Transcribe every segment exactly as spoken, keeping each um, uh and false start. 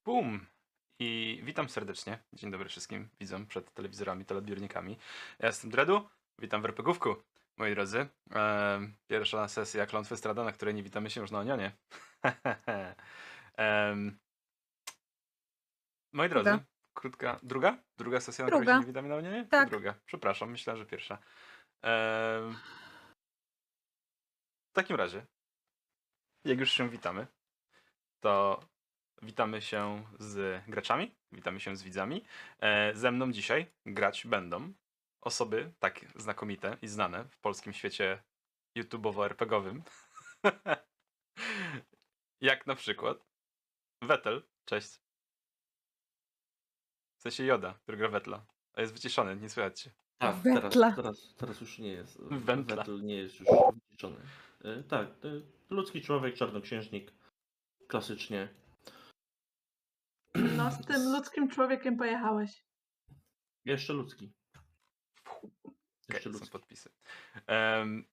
Bum! I witam serdecznie. Dzień dobry wszystkim widzom przed telewizorami, teleodbiornikami. Ja jestem Dredu, witam w RPGówku, moi drodzy. Em, pierwsza sesja Klątwy Strada, na której nie witamy się już na Onionie. Em, moi drodzy, Druga. krótka... Druga? Druga sesja, na której się Druga. nie witamy na Onionie? Czy Tak. druga? Przepraszam, myślałem, że pierwsza. Em, w takim razie, jak już się witamy, to witamy się z graczami, witamy się z widzami. E, ze mną dzisiaj grać będą osoby tak znakomite i znane w polskim świecie YouTubeowo-RPGowym, jak na przykład Wetel, cześć. W sensie Joda, który gra Wetla. A jest wyciszony, nie słychać cię. Tak, teraz, Wetla. teraz, teraz już nie jest. Wętla. Wetel nie jest już wyciszony. E, Tak, e, ludzki człowiek, czarnoksiężnik. Klasycznie. No, z tym ludzkim człowiekiem pojechałeś. Jeszcze ludzki. Okej, Jeszcze są ludzki. podpisy. Em,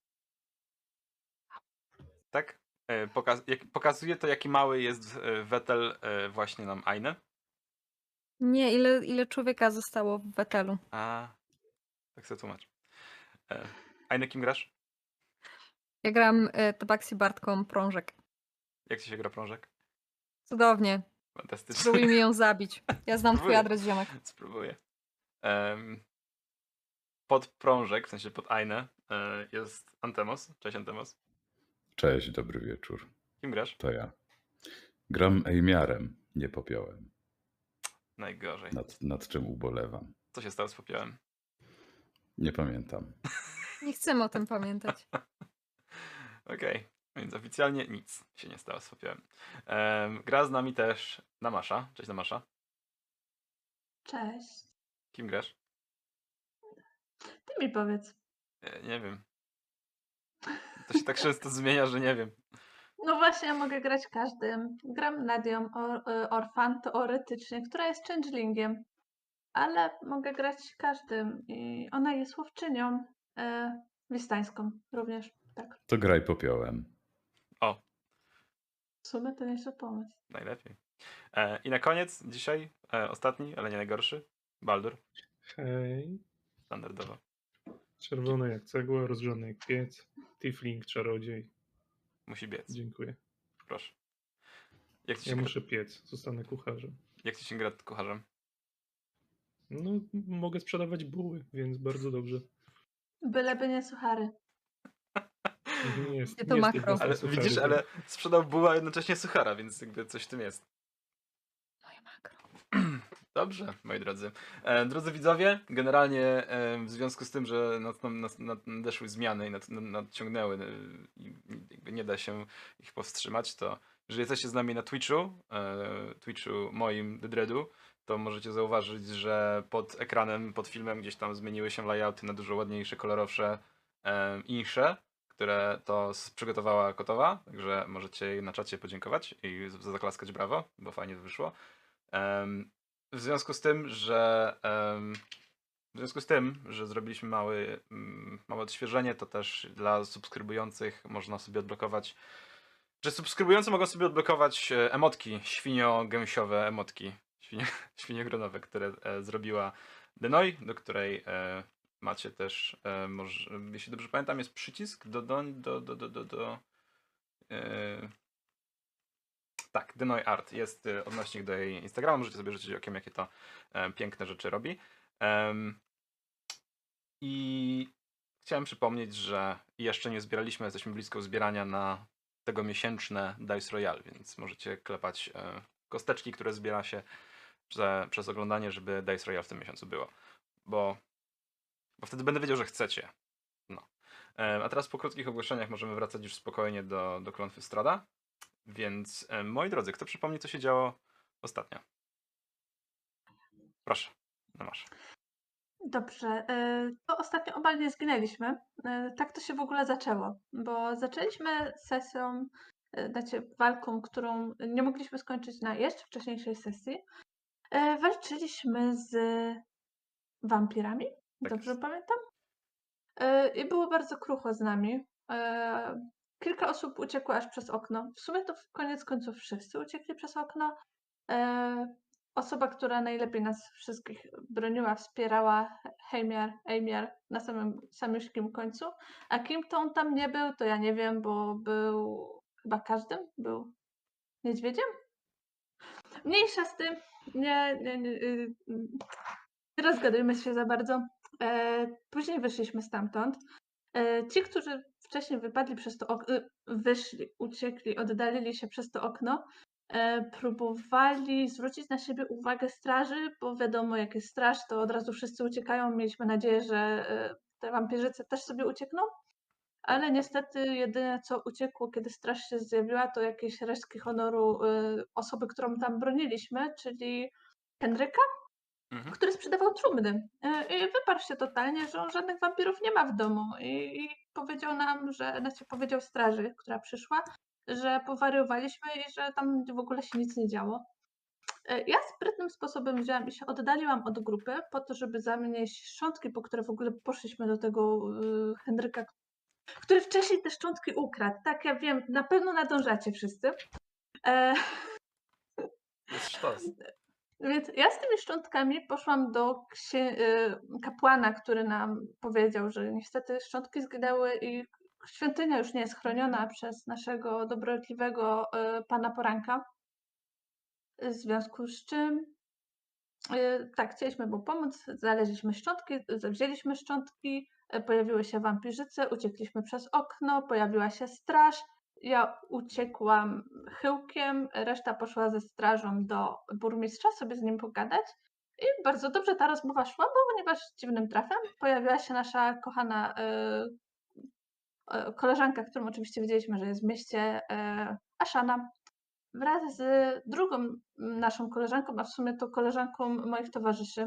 tak? E, pokaz jak, pokazuje to, jaki mały jest e, Wetel e, właśnie nam Aine. Nie, ile, ile człowieka zostało w Wetelu? A, tak sobie tłumacz. E, Aine, kim grasz? Ja gram y, Tabaksi Bartką Prążek. Jak ci się gra prążek? Cudownie. Fantastycznie. Spróbuj mi ją zabić. Ja znam twój Spróbuję. adres, ziomek. Spróbuję. Um, pod prążek, w sensie pod Aine, e, jest Antemos. Cześć Antemos. Cześć, dobry wieczór. Kim grasz? To ja. Gram Ejmiarem, nie popiołem. Najgorzej. Nad, nad czym ubolewam. Co się stało z popiołem? Nie pamiętam. Nie chcemy o tym pamiętać. Okej, więc oficjalnie nic się nie stało z popiołem. Um, gra z nami też Namasza. Cześć Namasza. Cześć. Kim grasz? Ty mi powiedz. E, nie wiem. To się tak często zmienia, że nie wiem. No właśnie, ja mogę grać każdym. Gram Nadią Or y, Orfan teoretycznie, która jest changelingiem. Ale mogę grać każdym. I ona jest łowczynią y, wistańską również. Tak. To graj popiołem. O, W sumie to nie jest pomysł. najlepiej. E, I na koniec dzisiaj, e, ostatni, ale nie najgorszy, Baldur. Hej, Standardowo. czerwony jak cegła, rozgrzany jak piec, tiefling, czarodziej. Musi biec. Dziękuję. Proszę. Jak ci się, Ja gra, muszę piec, zostanę kucharzem. jak ci się gra kucharzem? No, mogę sprzedawać buły, więc bardzo dobrze. Byleby nie suchary. Nie jest, Nie to nie makro. jest Ale suchary, widzisz, to- ale sprzedał buła, a jednocześnie suchara, więc jakby coś w tym jest. Moje makro. Dobrze, moi drodzy. E, drodzy widzowie, generalnie e, w związku z tym, że nad, nad, nad, nadeszły zmiany i nad, nad, nadciągnęły e, i jakby nie da się ich powstrzymać, to jeżeli jesteście z nami na Twitchu, e, Twitchu moim, The Dreadu, to możecie zauważyć, że pod ekranem, pod filmem gdzieś tam zmieniły się layouty na dużo ładniejsze, kolorowsze, e, insze, które to s- przygotowała Kotowa, także możecie jej na czacie podziękować i z- zaklaskać brawo, bo fajnie to wyszło. Em, w związku z tym, że em, w związku z tym, że zrobiliśmy mały, mm, małe odświeżenie, to też dla subskrybujących można sobie odblokować, że subskrybujący mogą sobie odblokować e, emotki, świnio-gęsiowe emotki, świnio, świniogronowe, które e, zrobiła Denoi, do której e, macie też, e, może, jeśli dobrze pamiętam, jest przycisk do, do, do, do, do, do, do e, tak, Denoi Art. Jest y, odnośnik do jej Instagrama. Możecie sobie rzucić okiem, jakie to e, piękne rzeczy robi. Em, I chciałem przypomnieć, że jeszcze nie zbieraliśmy, jesteśmy blisko zbierania na tego miesięczne Dice Royale, więc możecie klepać e, kosteczki, które zbiera się prze, przez oglądanie, żeby Dice Royale w tym miesiącu było. Bo, bo wtedy będę wiedział, że chcecie. No. E, a teraz po krótkich ogłoszeniach możemy wracać już spokojnie do, do Klątwy Strada. Więc e, moi drodzy, kto przypomni, co się działo ostatnio? Proszę, no masz. Dobrze, y, to ostatnio obaj nie zginęliśmy. Y, Tak to się w ogóle zaczęło, bo zaczęliśmy sesją, y, znaczy walką, którą nie mogliśmy skończyć na jeszcze wcześniejszej sesji. Y, Walczyliśmy z wampirami, Tak dobrze jest. pamiętam? Y, I było bardzo krucho z nami. Y, Kilka osób uciekło aż przez okno. W sumie to w koniec końców wszyscy uciekli przez okno. E, Osoba, która najlepiej nas wszystkich broniła, wspierała, Heimiar, Eimiar na samym samiuszkim końcu. A kim to on tam nie był, to ja nie wiem, bo był chyba każdym. Był niedźwiedziem? Mniejsza z tym. Nie, nie, nie, y, y, nie rozgadujmy się za bardzo. E, Później wyszliśmy stamtąd. E, Ci, którzy wcześniej wypadli przez to okno, wyszli, uciekli, oddalili się przez to okno, e, próbowali zwrócić na siebie uwagę straży, bo wiadomo, jak jest straż, to od razu wszyscy uciekają. Mieliśmy nadzieję, że e, te wampirzyce też sobie uciekną, ale niestety jedyne, co uciekło, kiedy straż się zjawiła, to jakieś resztki honoru e, osoby, którą tam broniliśmy, czyli Henryka, Mhm. który sprzedawał trumny. E, I wyparł się totalnie, że on żadnych wampirów nie ma w domu. I, i powiedział nam, że, znaczy powiedział straży, która przyszła, że powariowaliśmy i że tam w ogóle się nic nie działo. E, Ja sprytnym sposobem wzięłam i się oddaliłam od grupy po to, żeby zanieść szczątki, po które w ogóle poszliśmy do tego y, Henryka, który wcześniej te szczątki ukradł. Tak, ja wiem, na pewno nadążacie wszyscy. E, Jest sztos. Więc ja z tymi szczątkami poszłam do księ- y, kapłana, który nam powiedział, że niestety szczątki zginęły i świątynia już nie jest chroniona przez naszego dobrotliwego y, pana Poranka. W związku z czym y, tak, chcieliśmy mu pomóc, znaleźliśmy szczątki, wzięliśmy szczątki, y, pojawiły się wampirzyce, uciekliśmy przez okno, pojawiła się straż. Ja uciekłam chyłkiem, reszta poszła ze strażą do burmistrza sobie z nim pogadać. I bardzo dobrze ta rozmowa szła, bo ponieważ dziwnym trafem pojawiła się nasza kochana y, y, koleżanka, którą oczywiście wiedzieliśmy, że jest w mieście, y, Ashana, wraz z drugą naszą koleżanką, a w sumie to koleżanką moich towarzyszy.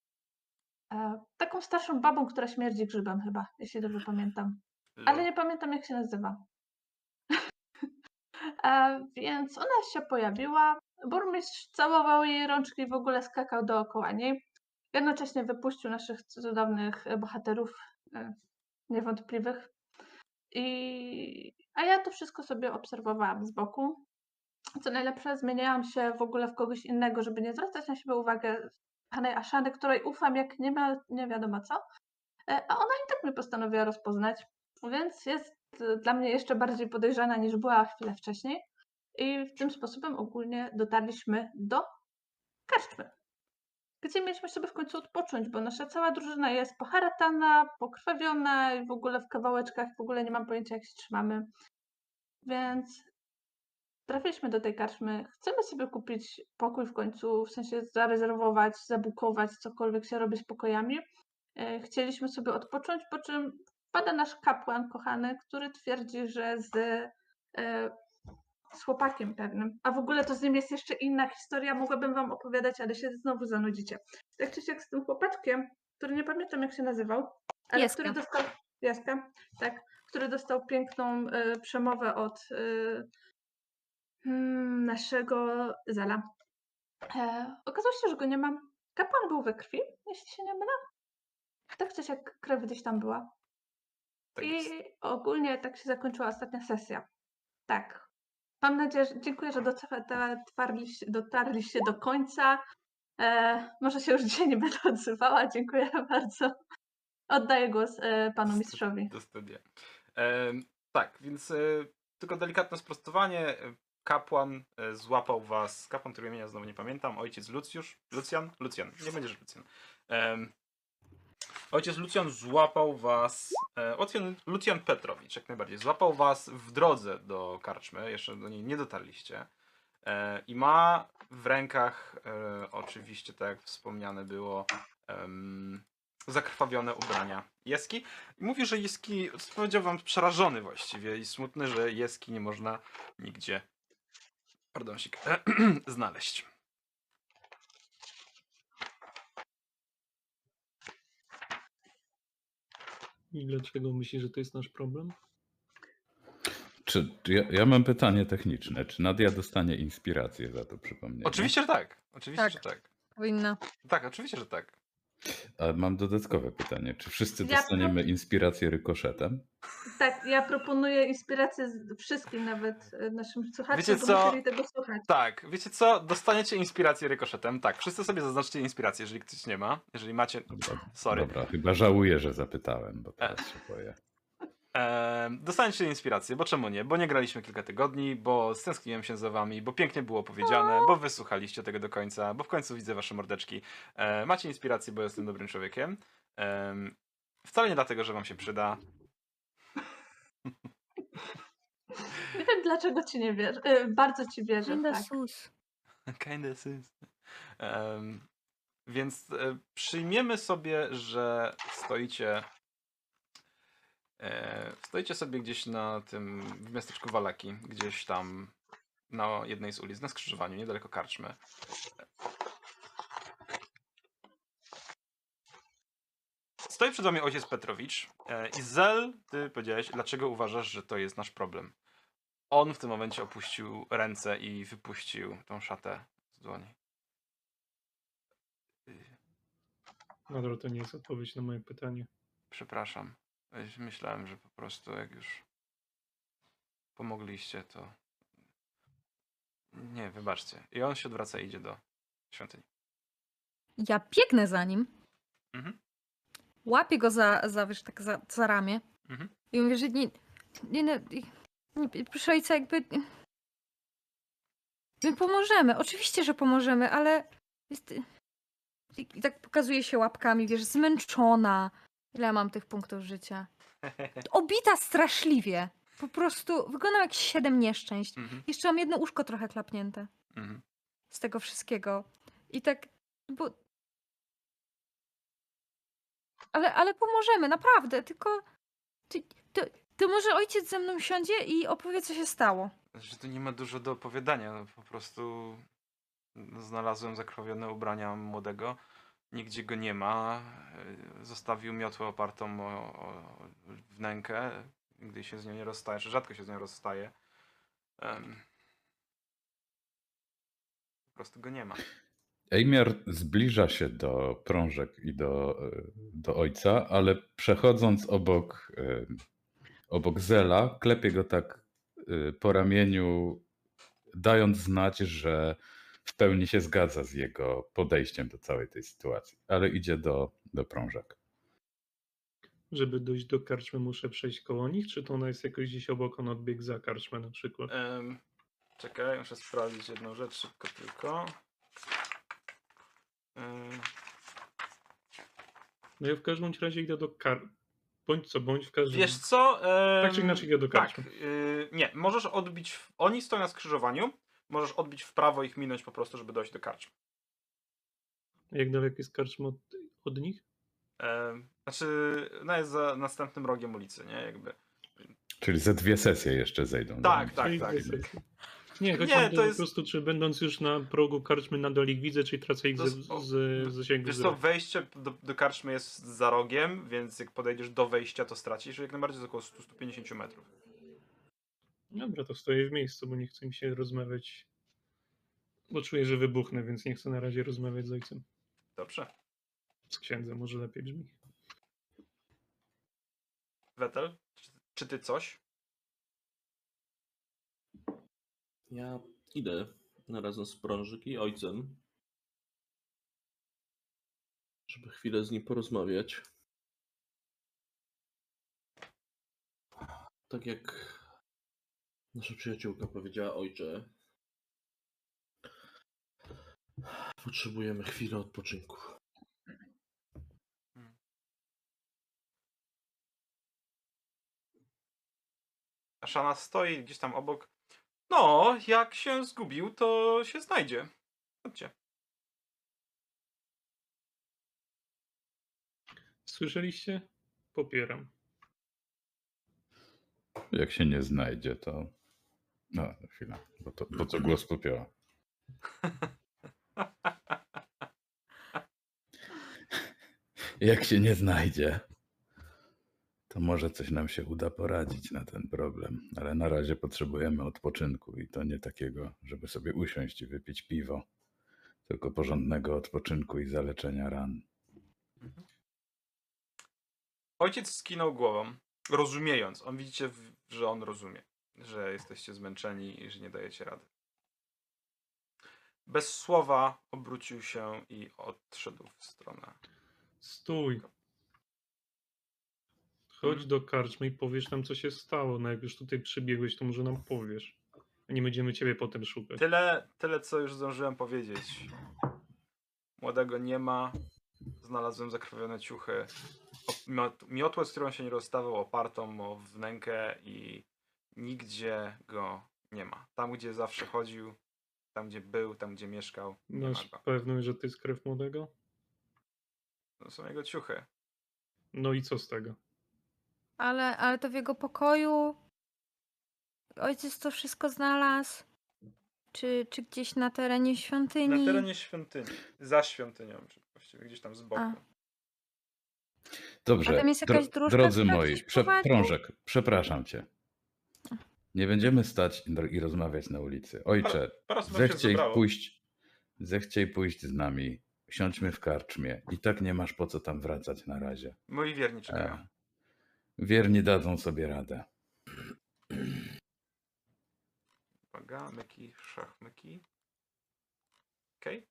E, taką starszą babą, która śmierdzi grzybem chyba, jeśli dobrze pamiętam. Ale Lol. nie pamiętam, jak się nazywa. E, więc ona się pojawiła. Burmistrz całował jej rączki i w ogóle skakał dookoła niej. Jednocześnie wypuścił naszych cudownych e, bohaterów, e, niewątpliwych. I... A ja to wszystko sobie obserwowałam z boku. Co najlepsze, zmieniałam się w ogóle w kogoś innego, żeby nie zwracać na siebie uwagi panej Ashany, której ufam jak nie ma nie wiadomo co. E, A ona i tak mnie postanowiła rozpoznać, więc jest e, dla mnie jeszcze bardziej podejrzana niż była chwilę wcześniej. I w tym sposobem ogólnie dotarliśmy do karczmy, gdzie mieliśmy sobie w końcu odpocząć, bo nasza cała drużyna jest poharatana, pokrwawiona i w ogóle w kawałeczkach, w ogóle nie mam pojęcia, jak się trzymamy. Więc trafiliśmy do tej karczmy. Chcemy sobie kupić pokój w końcu, w sensie zarezerwować, zabukować, cokolwiek się robi z pokojami. E, Chcieliśmy sobie odpocząć, po czym wpada nasz kapłan kochany, który twierdzi, że z, e, z chłopakiem pewnym, a w ogóle to z nim jest jeszcze inna historia, mogłabym wam opowiadać, ale się znowu zanudzicie. Tak czy siak z tym chłopaczkiem, który nie pamiętam jak się nazywał, ale Jaska. który dostał, Jaska, tak, który dostał piękną e, przemowę od e, mm, naszego Zela. E, okazało się, że go nie mam. Kapłan był we krwi, jeśli się nie mylę. Tak czy siak krew gdzieś tam była. Tak I jest. ogólnie tak się zakończyła ostatnia sesja. Tak. Mam nadzieję, że dziękuję, że dotarliście, dotarliście do końca. E, może się już dzisiaj nie będę odzywała. Dziękuję bardzo. Oddaję głos e, panu mistrzowi. Do studia. Em, tak, więc e, tylko delikatne sprostowanie. E, Kapłan e, złapał was, kapłan, którego imienia znowu nie pamiętam, ojciec Lucjusz, Lucjan? Lucjan, nie będziesz Lucjan. Em, ojciec Lucjan złapał was, e, Lucjan, Lucjan Petrowicz jak najbardziej, złapał was w drodze do karczmy, jeszcze do niej nie dotarliście. E, I ma w rękach, e, oczywiście, tak jak wspomniane było, em, zakrwawione ubrania Jeski. I mówi, że Jeski, powiedział wam, przerażony właściwie i smutny, że Jeski nie można nigdzie, pardon, znaleźć. I dlaczego myślisz, że to jest nasz problem? Czy, czy ja, ja mam pytanie techniczne. Czy Nadia dostanie inspirację za to przypomnienie? Oczywiście, że tak. Oczywiście, Tak. że tak. Powinna. Tak, oczywiście, że tak. A mam dodatkowe pytanie. Czy wszyscy Ja dostaniemy inspirację rykoszetem? Tak, ja proponuję inspirację z wszystkim, nawet e, naszym słuchaczom, Wiecie bo co? musieli tego słuchać. Tak, wiecie co? Dostaniecie inspirację rykoszetem. Tak, wszyscy sobie zaznaczcie inspirację, jeżeli ktoś nie ma. Jeżeli macie. Dobra, Sorry. dobra, chyba żałuję, że zapytałem, bo teraz się boję. Ehm, dostaniecie inspirację, bo czemu nie? Bo nie graliśmy kilka tygodni, bo stęskniłem się za wami, bo pięknie było powiedziane, bo wysłuchaliście tego do końca, bo w końcu widzę wasze mordeczki. E, macie inspirację, bo jestem dobrym człowiekiem. Em, wcale nie dlatego, że wam się przyda. Nie wiem, dlaczego ci nie wierzę. E, bardzo ci wierzę, Kinda tak. sus. Kinda sis. Em, więc e, przyjmiemy sobie, że stoicie e, stoicie sobie gdzieś na tym, w miasteczku Walaki, gdzieś tam na jednej z ulic, na skrzyżowaniu, niedaleko karczmy. Stoi przed wami ojciec Petrowicz e, i Zel, ty powiedziałeś, dlaczego uważasz, że to jest nasz problem. On w tym momencie opuścił ręce i wypuścił tą szatę z dłoni. Y, Nadal to nie jest odpowiedź na moje pytanie. Przepraszam. Myślałem, że po prostu jak już pomogliście, to... Nie, wybaczcie. I on się odwraca i idzie do świątyni. Ja biegnę za nim, Mhm. łapię go za, za, wiesz, tak za, za ramię Mhm. i mówię, że nie, nie, nie, nie proszę ojca, jakby my pomożemy, oczywiście, że pomożemy, ale jest, i, i tak pokazuje się łapkami, wiesz, zmęczona. Ile ja mam tych punktów życia? Obita straszliwie. Po prostu wyglądam jak siedem nieszczęść. Mhm. Jeszcze mam jedno uszko trochę klapnięte Mhm. z tego wszystkiego. I tak, bo... Ale, ale pomożemy, naprawdę, tylko... Ty, to, to może ojciec ze mną siądzie i opowie, co się stało. Że tu nie ma dużo do opowiadania. No, po prostu znalazłem zakrwawione ubrania młodego. Nigdzie go nie ma. Y, Zostawił miotłę opartą o, o wnękę, gdy się z nią nie rozstaje, czy rzadko się z nią rozstaje. Em, po prostu go nie ma. Ejmiar zbliża się do prążek i do, e, do ojca, ale przechodząc obok, e, obok Zela, klepie go tak e, po ramieniu, dając znać, że w pełni się zgadza z jego podejściem do całej tej sytuacji, ale idzie do, do prążek. Żeby dojść do karczmy, muszę przejść koło nich, czy to ona jest jakoś gdzieś obok, on odbiegł za karczmę na przykład? Em, czekaj, muszę sprawdzić jedną rzecz szybko tylko. Em, No ja w każdym bądź razie idę do kar... Bądź co, bądź w każdym... Wiesz co? em, Tak czy inaczej idę do Tak, karczmy. y, nie, możesz odbić. W, oni stoją na skrzyżowaniu. Możesz odbić w prawo i ich minąć po prostu, żeby dojść do karczmy. Jak daleko jest karczma od, od nich? Em, znaczy, no jest za następnym rogiem ulicy, nie? Jakby. Czyli ze dwie sesje jeszcze zejdą. Tak, do tak, nich. Czyli tak. dwie sesje. Nie, chodzi Nie, mi o to to jest- po prostu, czy będąc już na progu karczmy nadal ich widzę, czy tracę ich To z, jest- o, z, z zasięgu Wiesz co, wzroku. wejście do, do karczmy jest za rogiem, więc jak podejdziesz do wejścia, to stracisz. Jak najbardziej jest około sto do stu pięćdziesięciu metrów. Dobra, to stoję w miejscu, bo nie chcę mi się rozmawiać, bo czuję, że wybuchnę, więc nie chcę na razie rozmawiać z ojcem. Dobrze. Z księdzem może lepiej brzmi. Wetel, czy, czy ty coś? Ja idę razem z prążyk i ojcem, żeby chwilę z nim porozmawiać. Tak jak nasza przyjaciółka powiedziała, ojcze, potrzebujemy chwilę odpoczynku. Szana stoi gdzieś tam obok. No, jak się zgubił, to się znajdzie. Chodźcie. Słyszeliście? Popieram. Jak się nie znajdzie, to... No, chwila, bo to, bo to głos popioła. Jak się nie znajdzie, to może coś nam się uda poradzić na ten problem. Ale na razie potrzebujemy odpoczynku i to nie takiego, żeby sobie usiąść i wypić piwo, tylko porządnego odpoczynku i zaleczenia ran. Mhm. Ojciec skinął głową, rozumiejąc. On widzicie, w- że on rozumie, że jesteście zmęczeni i że nie dajecie rady. Bez słowa obrócił się i odszedł w stronę. Stój. Chodź Mhm. do karczmy i powiesz nam, co się stało. No jak już tutaj przybiegłeś, to może nam powiesz. A nie będziemy ciebie potem szukać. Tyle, tyle, co już zdążyłem powiedzieć. Młodego nie ma. Znalazłem zakrwawione ciuchy. O- miot- Miotłę, z którą się nie rozstawał, opartą o wnękę i nigdzie go nie ma. Tam, gdzie zawsze chodził, tam, gdzie był, tam, gdzie mieszkał, nie ma Masz go. pewność, że to jest krew młodego? To są jego ciuchy. No i co z tego? Ale, ale to w jego pokoju ojciec to wszystko znalazł? Czy, czy gdzieś na terenie świątyni? Na terenie świątyni. Za świątynią, czy właściwie gdzieś tam z boku. A. Dobrze, A tam jest jakaś dro- dróżka, drodzy która moi, gdzieś prze- prowadzi? prążek, przepraszam cię. Nie będziemy stać i rozmawiać na ulicy. Ojcze, Parę osób nam się zechciej zebrało. pójść, zechciej pójść z nami. Siądźmy w karczmie. I tak nie masz po co tam wracać na razie. Moi wierni czekają. E, wierni dadzą sobie radę. Uwaga, myki, szach, myki. Okej.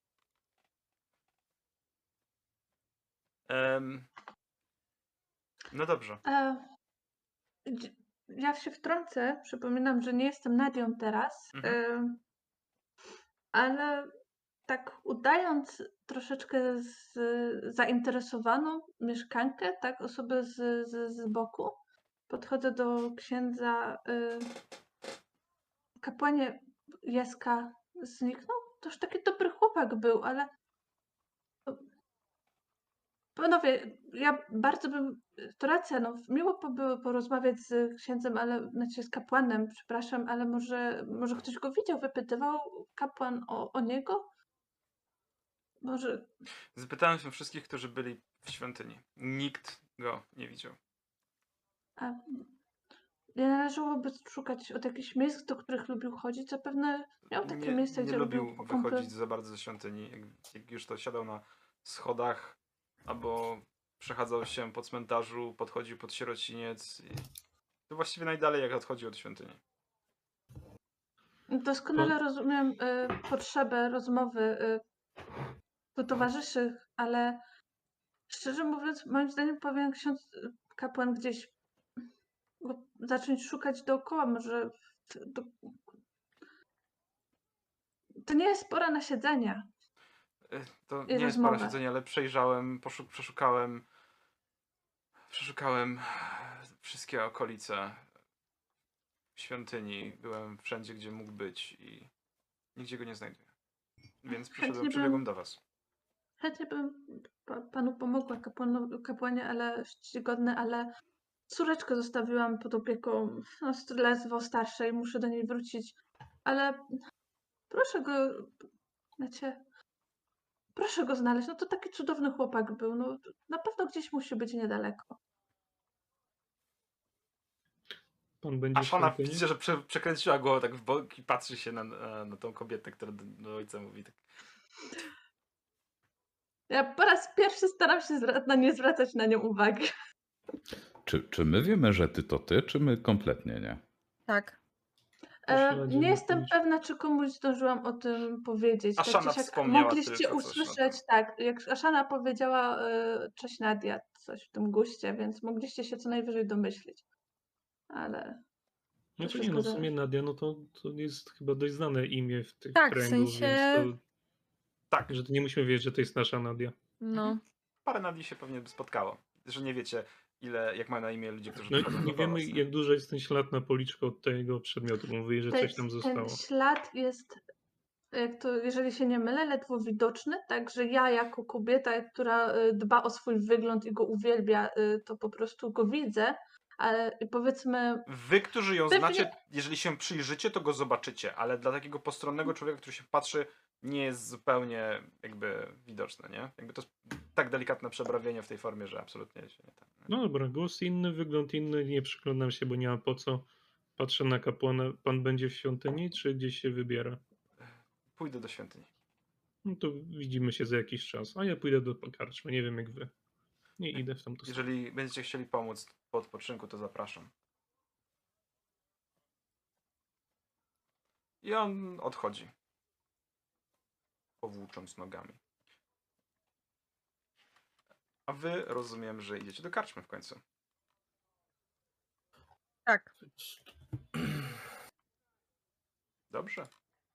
Em, No dobrze. E, dzi- ja się wtrącę, przypominam, że nie jestem Nadią teraz, Mhm. e, ale tak udając troszeczkę z, zainteresowaną mieszkankę, tak, osobę z, z, z boku, podchodzę do księdza. Y, kapłanie, Jeska zniknął? Toż taki dobry chłopak był, ale panowie, ja bardzo bym, to racja, no miło by było porozmawiać z księdzem, ale, znaczy z kapłanem, przepraszam, ale może, może ktoś go widział, wypytywał kapłan o, o niego? Może, Zapytałem się wszystkich, którzy byli w świątyni. Nikt go nie widział. a nie należałoby szukać od jakichś miejsc, do których lubił chodzić? Zapewne miał takie Nie, miejsca, nie gdzie lubił lubił kąpy. wychodzić za bardzo ze świątyni. Jak, jak już to siadał na schodach, albo przechadzał się po cmentarzu, podchodził pod sierociniec. I to właściwie najdalej, jak odchodził od świątyni. Doskonale rozumiem y, potrzebę rozmowy y, do towarzyszy, ale szczerze mówiąc, moim zdaniem powinien ksiądz y, kapłan gdzieś go zacząć szukać dookoła. Może w- to, to nie jest pora na siedzenie E, To i nie jest para rozmowę. siedzenia, ale przejrzałem, poszuk przeszukałem, przeszukałem wszystkie okolice świątyni. Byłem wszędzie, gdzie mógł być i nigdzie go nie znajduję. Więc przyszedłem, Chętnie przybiegłem bym, do was. chętnie bym pa, panu pomogła, kapłanu, kapłanie, ale czcigodny, ale córeczkę zostawiłam pod opieką no, ledwo starszej, muszę do niej wrócić, ale proszę go, wiecie, proszę go znaleźć. No to taki cudowny chłopak był. No, na pewno gdzieś musi być niedaleko. Pan będzie A w Szana świątyni? widzicie, że prze, przekręciła głowę tak w bok i patrzy się na, na, na tą kobietę, która do, do ojca mówi tak. Ja po raz pierwszy staram się zwra- na nie zwracać na nią uwagi. Czy, czy my wiemy, że ty to ty, czy my kompletnie nie? Tak. E, Pośladzie nie na jestem policzku. pewna, czy komuś zdążyłam o tym powiedzieć. A Tak Szana czy siak wspomniała mogliście tylko coś na usłyszeć, to. tak, jak Aszana powiedziała e, cześć Nadia, coś w tym guście, więc mogliście się co najwyżej domyślić. Ale Znaczy nie, wszystko no w za- sumie Nadia, no to, to jest chyba dość znane imię w tych Tak, w kręgów, sensie- więc Tak, to, że to nie musimy wiedzieć, że to jest nasza Nadia. No. parę Nadii się pewnie by spotkało. Że nie wiecie, ile, jak mają na imię ludzie, którzy No przychodzą nie do wiemy, was, nie? jak duży jest ten ślad na policzku od tego przedmiotu. Mówi, że Ten, coś tam zostało. ten ślad jest, jak to, jeżeli się nie mylę, ledwo widoczny, także ja jako kobieta, która e, dba o swój wygląd i go uwielbia, e, to po prostu go widzę, ale powiedzmy, Wy, którzy ją Pewnie- znacie, jeżeli się przyjrzycie, to go zobaczycie, ale dla takiego postronnego człowieka, który się patrzy, nie jest zupełnie jakby widoczne, nie? Jakby to jest tak delikatne przebrawienie w tej formie, że absolutnie się nie tak. No dobra, głos inny, wygląd inny, nie przyglądam się, bo nie ma po co. Patrzę na kapłana. Pan będzie w świątyni, czy gdzieś się wybiera? Pójdę do świątyni. No to widzimy się za jakiś czas. A ja pójdę do karczmy, nie wiem jak wy. Nie idę w tamtą stronę. Jeżeli będziecie chcieli pomóc po odpoczynku, to zapraszam. I on odchodzi, powłócząc nogami. A wy rozumiem, że idziecie do karczmy w końcu. Tak. Dobrze.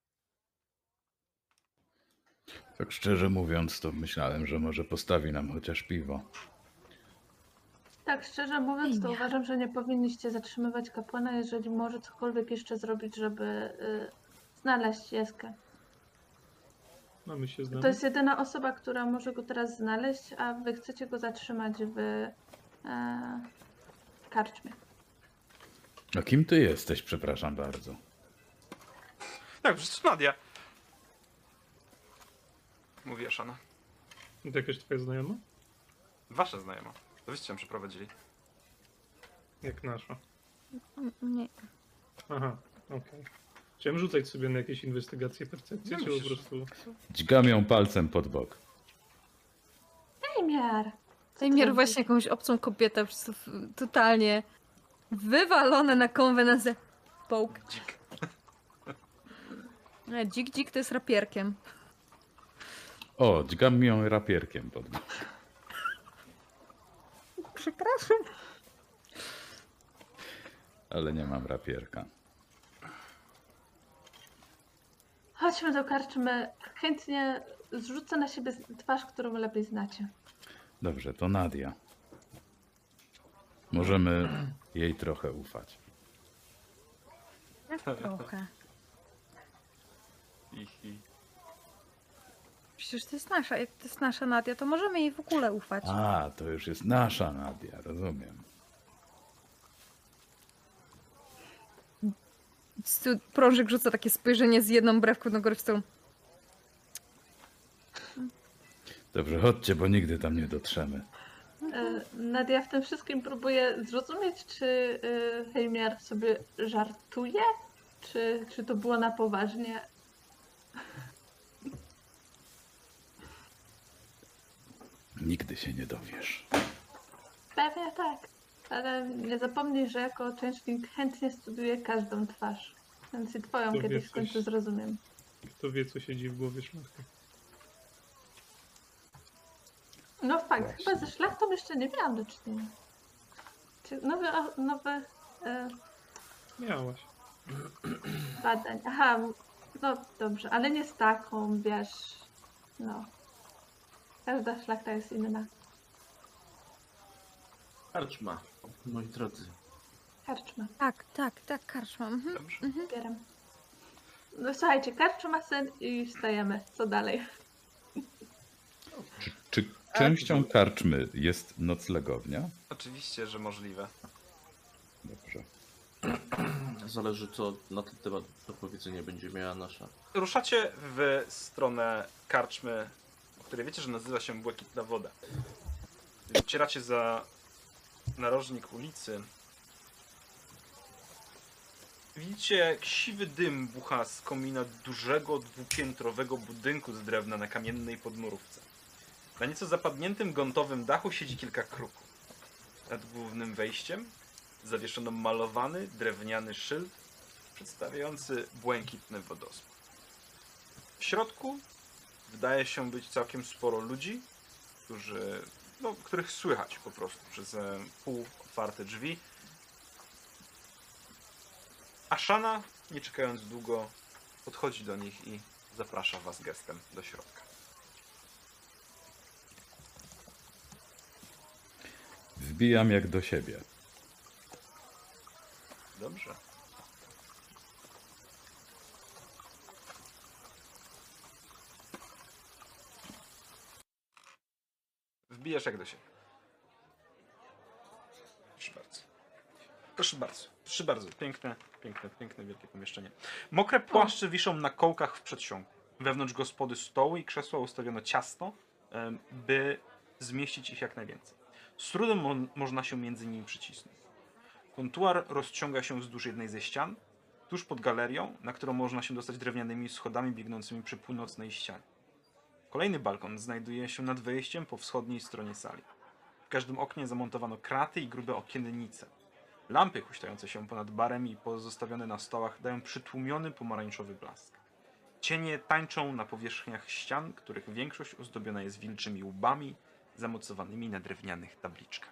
Tak szczerze mówiąc, to myślałem, że może postawi nam chociaż piwo. Tak, szczerze mówiąc, to Nie. uważam, że nie powinniście zatrzymywać kapłana, jeżeli może cokolwiek jeszcze zrobić, żeby y, znaleźć Jeskę. Mamy się To znaleźć. jest jedyna osoba, która może go teraz znaleźć, a wy chcecie go zatrzymać w e, karczmie. A kim ty jesteś, przepraszam bardzo? Tak, przecież Nadia. Mówi Aszana. To jakaś twoja znajoma? Wasza znajoma. To wyście ją przeprowadzili. Jak nasza. M- Nie. Aha, okej. Chciałem rzucać sobie na jakieś inwestygacje, percepcje, Nie czy po musisz. prostu... Dźgam ją palcem pod bok. Ejmiar! Co ty Ejmier robisz? właśnie jakąś obcą kobietę, po prostu w- totalnie wywalone na konwenanse. Połk. Dzik. Nie, dzik dzik to jest rapierkiem. O, dźgam ją rapierkiem pod bok. Przepraszam. Ale nie mam rapierka. Chodźmy do karczmy. Chętnie zrzucę na siebie twarz, którą lepiej znacie. Dobrze, to Nadia. Możemy jej trochę ufać. Jak trochę. Ich, ich. Przecież to jest nasza, jak to jest nasza Nadia, to możemy jej w ogóle ufać. A, to już jest nasza Nadia, rozumiem. Tu Prążek rzuca takie spojrzenie z jedną brewką do góry w stylu. Dobrze, chodźcie, bo nigdy tam nie dotrzemy. E, Nadia w tym wszystkim próbuje zrozumieć, czy e, Hejmiar sobie żartuje, czy, czy to było na poważnie. Nigdy się nie dowiesz. Pewnie tak, ale nie zapomnij, że jako częścinik chętnie studiuję każdą twarz. Więc i twoją To kiedyś wie w końcu coś. zrozumiem. Kto wie, co siedzi w głowie szlachty. No fakt, Właśnie. chyba ze szlachtą jeszcze nie miałam do czynienia. Czy nowe, o- nowe e, Miałaś. badań. Aha, no dobrze, ale nie z taką, wiesz. No. Każda szlachta jest inna. Karczma, moi drodzy. Karczma, Tak, tak, tak, karczma. Mhm. Dobrze. zbieram. No słuchajcie, karczma sen i wstajemy. Co dalej? Czy, czy częścią karczmy jest noclegownia? Oczywiście, że możliwe. Dobrze. Zależy, co na ten temat do powiedzenia będzie miała nasza. Ruszacie w stronę karczmy, o której wiecie, że nazywa się Błękitna Woda. Wcieracie za narożnik ulicy. Widzicie, jak siwy dym bucha z komina dużego, dwupiętrowego budynku z drewna na kamiennej podmurówce. Na nieco zapadniętym gątowym dachu siedzi kilka kruków. Nad głównym wejściem zawieszono malowany, drewniany szyld przedstawiający błękitny wodospad. W środku wydaje się być całkiem sporo ludzi, którzy, no, których słychać po prostu przez e, pół otwarte drzwi. Aszana, nie czekając długo, podchodzi do nich i zaprasza was gestem do środka. Wbijam jak do siebie. Dobrze. Wbijasz jak do siebie. Proszę bardzo. Proszę bardzo. Proszę bardzo. Piękne, piękne, piękne, wielkie pomieszczenie. Mokre płaszcze wiszą na kołkach w przedsionku. Wewnątrz gospody stołu i krzesła ustawiono ciasno, em, by zmieścić ich jak najwięcej. Z trudem mo- można się między nimi przycisnąć. Kontuar rozciąga się wzdłuż jednej ze ścian, tuż pod galerią, na którą można się dostać drewnianymi schodami biegnącymi przy północnej ścianie. Kolejny balkon znajduje się nad wejściem po wschodniej stronie sali. W każdym oknie zamontowano kraty i grube okiennice. Lampy huśtające się ponad barem i pozostawione na stołach dają przytłumiony pomarańczowy blask. Cienie tańczą na powierzchniach ścian, których większość ozdobiona jest wilczymi łbami zamocowanymi na drewnianych tabliczkach.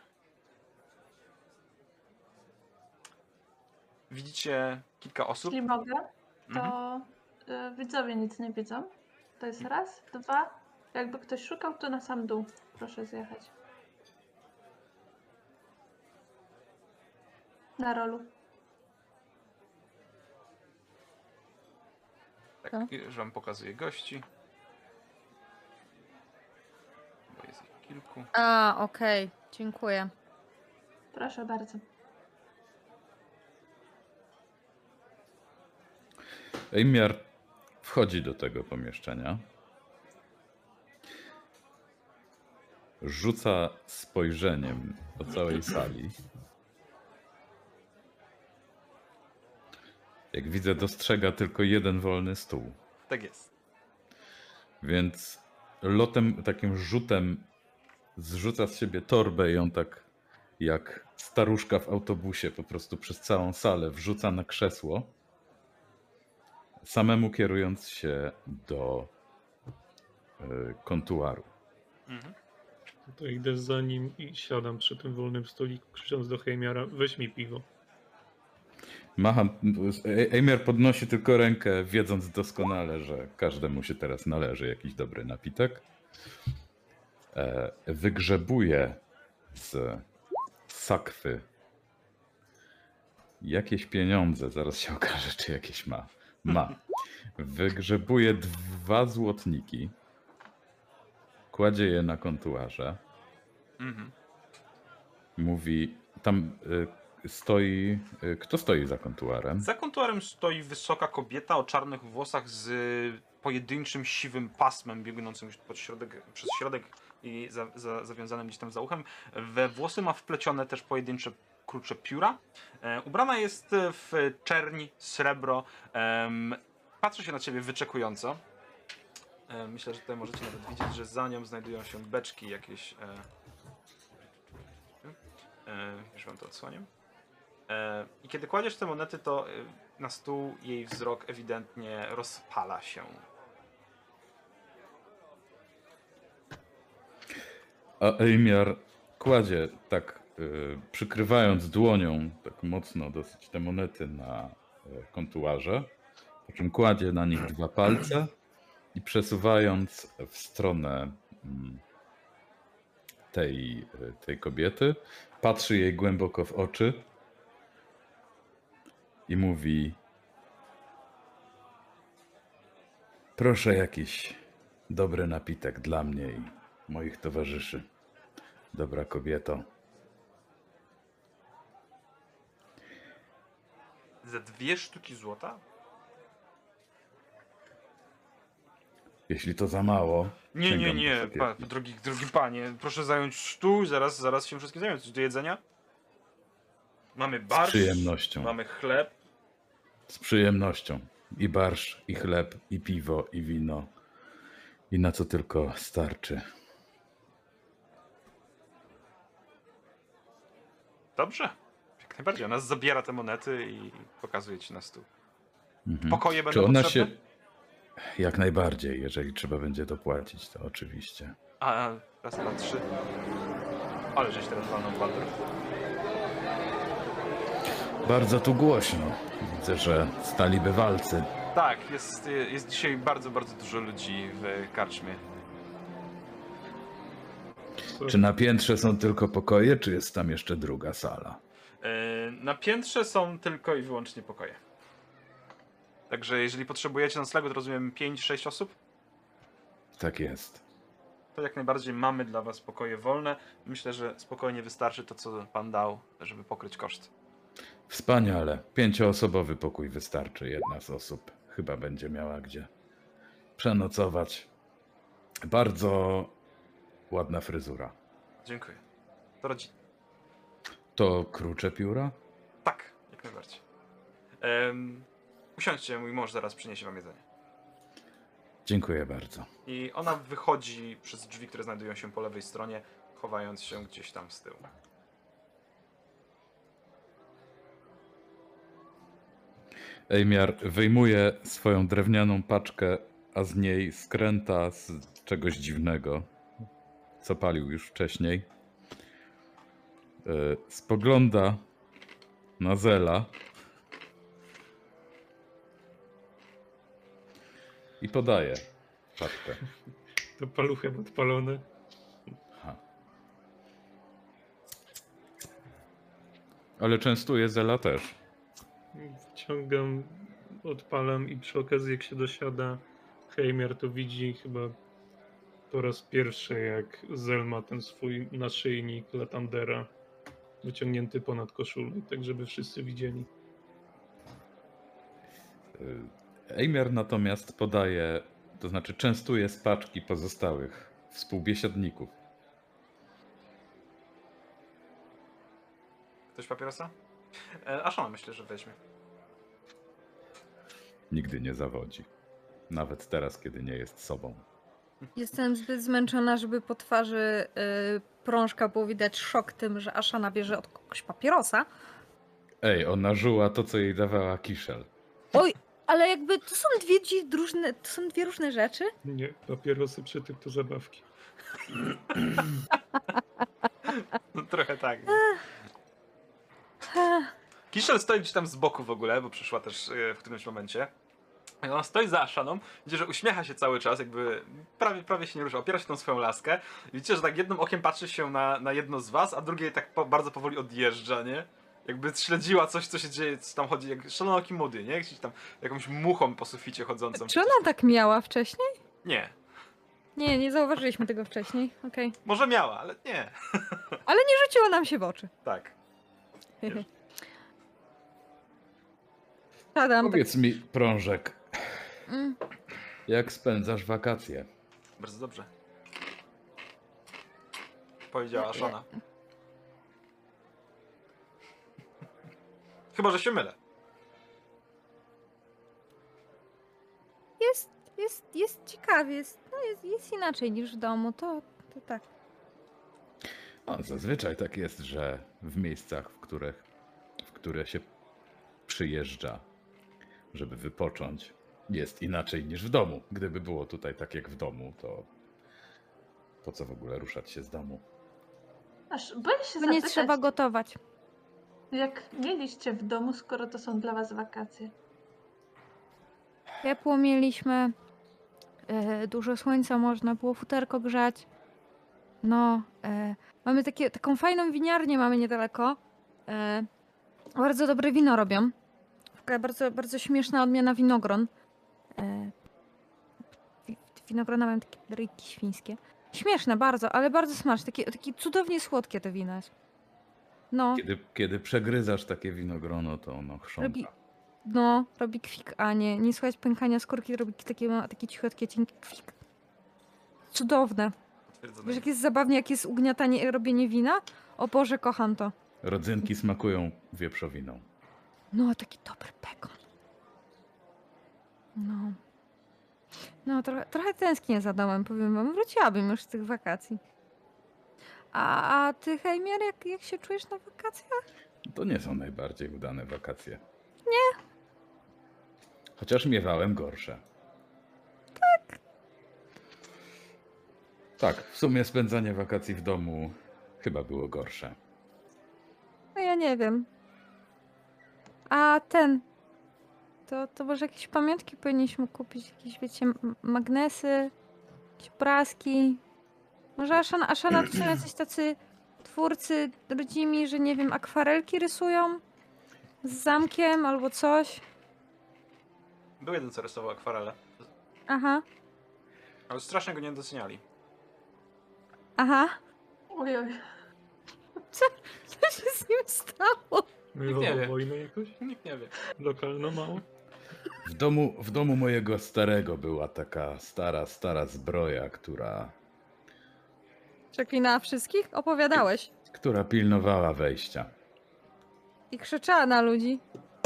Widzicie kilka osób. Jeśli mogę, to Mhm. y, widzowie nic nie widzą. To jest raz. Dwa. Jakby ktoś szukał, to na sam dół. Proszę zjechać. Na rolu. Tak, Co? już wam pokazuję gości. Bo jest ich kilku. A, okej, dziękuję. Proszę bardzo. Eimiar wchodzi do tego pomieszczenia. Rzuca spojrzeniem po całej sali. Jak widzę, dostrzega tylko jeden wolny stół. Tak jest. Więc lotem, takim rzutem zrzuca z siebie torbę i ją tak jak staruszka w autobusie po prostu przez całą salę wrzuca na krzesło, samemu kierując się do y, kontuaru. Mhm. To idę za nim i siadam przy tym wolnym stoliku, krzycząc do Heimiara, weź mi piwo. Macham, E- Eimiar podnosi tylko rękę, wiedząc doskonale, że każdemu się teraz należy jakiś dobry napitek. E, Wygrzebuje z sakwy jakieś pieniądze, zaraz się okaże, czy jakieś ma. Ma. Wygrzebuje dwa złotniki, kładzie je na kontuarze, Mhm. mówi, tam y, stoi, y, kto stoi za kontuarem? Za kontuarem stoi wysoka kobieta o czarnych włosach z pojedynczym siwym pasmem biegnącym pod środek, przez środek i za, za, zawiązanym gdzieś tam za uchem. We włosy ma wplecione też pojedyncze krótsze pióra. E, ubrana jest w czerni, srebro. Em, patrzy się na ciebie wyczekująco. E, myślę, że tutaj możecie nawet widzieć, że za nią znajdują się beczki jakieś. E, e, już wam to odsłonię. E, I kiedy kładziesz te monety, to e, na stół jej wzrok ewidentnie rozpala się. A Eimiar kładzie tak, y, przykrywając dłonią tak mocno dosyć te monety na y, kontuarze, po czym kładzie na nich dwa palce i przesuwając w stronę mm, tej, y, tej kobiety, patrzy jej głęboko w oczy i mówi: proszę jakiś dobry napitek dla mnie i moich towarzyszy. Dobra kobieto. Za dwie sztuki złota? Jeśli to za mało. Nie, nie, sięgam nie, po pa, sakiewki. drogi, drogi panie, proszę zająć stół, zaraz, zaraz się wszystkim zajmę. Coś do jedzenia? Mamy Z barszcz, przyjemnością. mamy chleb. Z przyjemnością. I barszcz, i chleb, i piwo, i wino. I na co tylko starczy. Dobrze, jak najbardziej. Ona zabiera te monety i pokazuje ci na stół. Mhm. Pokoje Czy będą ona potrzebne? się. Jak najbardziej, jeżeli trzeba będzie dopłacić, to oczywiście. A, raz, dwa, trzy. Ale żeś teraz walnął Baldur. Bardzo tu głośno. Widzę, że stali bywalcy. Tak, jest, jest dzisiaj bardzo, bardzo dużo ludzi w karczmie. Czy na piętrze są tylko pokoje, czy jest tam jeszcze druga sala? Yy, Na piętrze są tylko i wyłącznie pokoje. Także jeżeli potrzebujecie noclegu, to rozumiem pięć sześć osób, Tak jest. to jak najbardziej mamy dla was pokoje wolne. Myślę, że spokojnie wystarczy to, co pan dał, żeby pokryć koszt. Wspaniale. Pięcioosobowy pokój wystarczy. Jedna z osób chyba będzie miała gdzie przenocować. Bardzo ładna fryzura. Dziękuję. To rodzina. To krucze pióra? Tak, jak najbardziej. Um, usiądźcie, mój mąż zaraz przyniesie wam jedzenie. Dziękuję bardzo. I ona wychodzi przez drzwi, które znajdują się po lewej stronie, chowając się gdzieś tam z tyłu. Ejmiar wyjmuje swoją drewnianą paczkę, a z niej skręta z czegoś dziwnego, co palił już wcześniej. Yy, Spogląda na Zela i podaje paczkę. To paluchem odpalone. Aha. Ale częstuje Zela też. Wciągam, odpalam i przy okazji jak się dosiada, Heimir to widzi chyba po raz pierwszy, jak Zel ma ten swój naszyjnik Latandera wyciągnięty ponad koszulę, tak żeby wszyscy widzieli. Ejmiar natomiast podaje, to znaczy częstuje z paczki pozostałych współbiesiadników. Ktoś papierosa? E, Ashana myślę, że weźmie. Nigdy nie zawodzi. Nawet teraz, kiedy nie jest sobą. Jestem zbyt zmęczona, żeby po twarzy y, prążka było widać szok tym, że Ashana bierze od kogoś papierosa. Ej, ona żuła to, co jej dawała Kiszel. Oj, ale jakby to są dwie dzi- różne, to są dwie różne rzeczy. Nie, papierosy przy tych to zabawki. No trochę tak. Kiszel stoi gdzieś tam z boku w ogóle, bo przyszła też e, w którymś momencie. I ona stoi za Ashaną, widzicie, że uśmiecha się cały czas, jakby prawie, prawie się nie rusza, opiera się tą swoją laskę. Widzicie, że tak jednym okiem patrzy się na, na jedno z was, a drugie tak po, bardzo powoli odjeżdża, nie? Jakby śledziła coś, co się dzieje, co tam chodzi, jak szalonoki młody, nie? Gdzieś tam jakąś muchą po suficie chodzącą. Czy ona tak miała wcześniej? Nie. Nie, nie zauważyliśmy tego wcześniej. Okej. Może miała, ale nie. Ale nie rzuciło nam się w oczy. Tak. Siadam. Tak. Powiedz mi, Prążek, Mm. jak spędzasz wakacje? Bardzo dobrze. Powiedziała Ashana. Chyba, że się mylę. Jest, jest, jest ciekawie, jest, no jest, jest inaczej niż w domu, to, to tak. No, zazwyczaj tak jest, że w miejscach, w których, w które się przyjeżdża, żeby wypocząć, jest inaczej niż w domu. Gdyby było tutaj tak jak w domu, to po co w ogóle ruszać się z domu? Aż boję się Bo nie zapytać, trzeba gotować. jak mieliście w domu, skoro to są dla was wakacje? Ciepło mieliśmy, e, dużo słońca, można było futerko grzać. No, e, mamy takie, taką fajną winiarnię mamy niedaleko. E, bardzo dobre wino robią. Taka bardzo, bardzo śmieszna odmiana winogron. E, wi- winogrona mają takie ryjki świńskie. Śmieszne bardzo, ale bardzo smaczne. Takie, takie cudownie słodkie to wino jest. No, Kiedy, kiedy przegryzasz takie winogrono, to ono chrząka. robi, no, robi kwik, a nie, nie słychać pękania skórki, robi takie, ma takie cichutkie, cienkie kwik. Cudowne. Stwierdzone. Wiesz, jak jest zabawnie, jak jest ugniatanie, robienie wina? O Boże, kocham to. Rodzynki smakują wieprzowiną. No, taki dobry bekon. No. No, trochę, trochę tęsknię za domem, powiem wam. Wróciłabym już z tych wakacji. A, a ty, Heimir, jak, jak się czujesz na wakacjach? To nie są najbardziej udane wakacje. Nie. Chociaż miewałem gorsze. Tak. Tak, w sumie spędzanie wakacji w domu chyba było gorsze. No ja nie wiem. A ten... To, to może jakieś pamiątki powinniśmy kupić? Jakieś, wiecie, m- magnesy, jakieś obrazki. Może Ashana, Ashana to są jacyś tacy twórcy rodzimi, że nie wiem, akwarelki rysują z zamkiem albo coś. Był jeden, co rysował akwarele, Aha, ale strasznie go nie doceniali. aha. Oj, oj. Co się z nim stało? nie Wywołał wie. wojnę jakoś? Nikt nie wie. Lokalno mało? W domu, w domu mojego starego była taka stara, stara zbroja, która, Przeklinała wszystkich? Opowiadałeś. która pilnowała wejścia. I krzyczała na ludzi.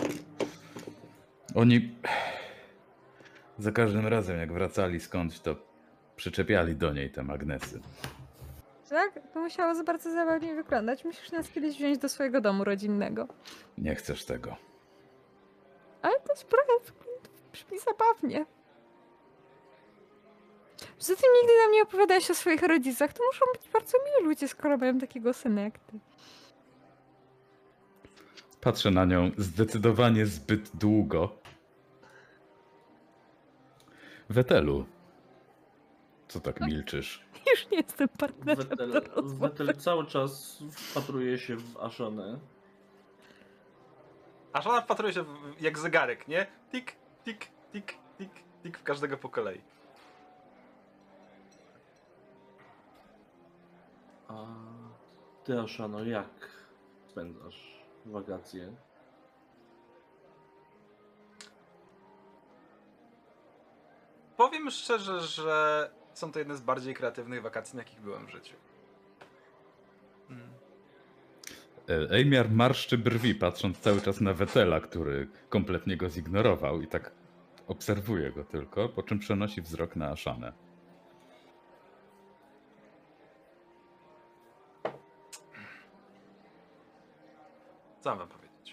Oni za każdym razem, jak wracali skądś, to przyczepiali do niej te magnesy. Tak? To musiało za bardzo zabawnie wyglądać. Musisz nas kiedyś wziąć do swojego domu rodzinnego. Nie chcesz tego. Ale to sprawa brzmi zabawnie. Poza tym nigdy nam nie opowiadałeś o swoich rodzicach. To muszą być bardzo mili ludzie, skoro mają takiego syna jak ty. Patrzę na nią zdecydowanie zbyt długo. Wetelu, co tak milczysz? Już nie jestem partnerem do Wetel, rozmowy. Wetel cały czas wpatruje się w Aszonę. Aż ona wpatruje się w, jak zegarek, nie? Tik, tik, tik, tik, tik w każdego po kolei. A ty, Aszano, jak spędzasz wakacje? Powiem szczerze, że są to jedne z bardziej kreatywnych wakacji, na jakich byłem w życiu. Mm. E, Ejmiar marszczy brwi, patrząc cały czas na Wetela, który kompletnie go zignorował i tak obserwuje go tylko, po czym przenosi wzrok na Aszanę. Co mam wam powiedzieć?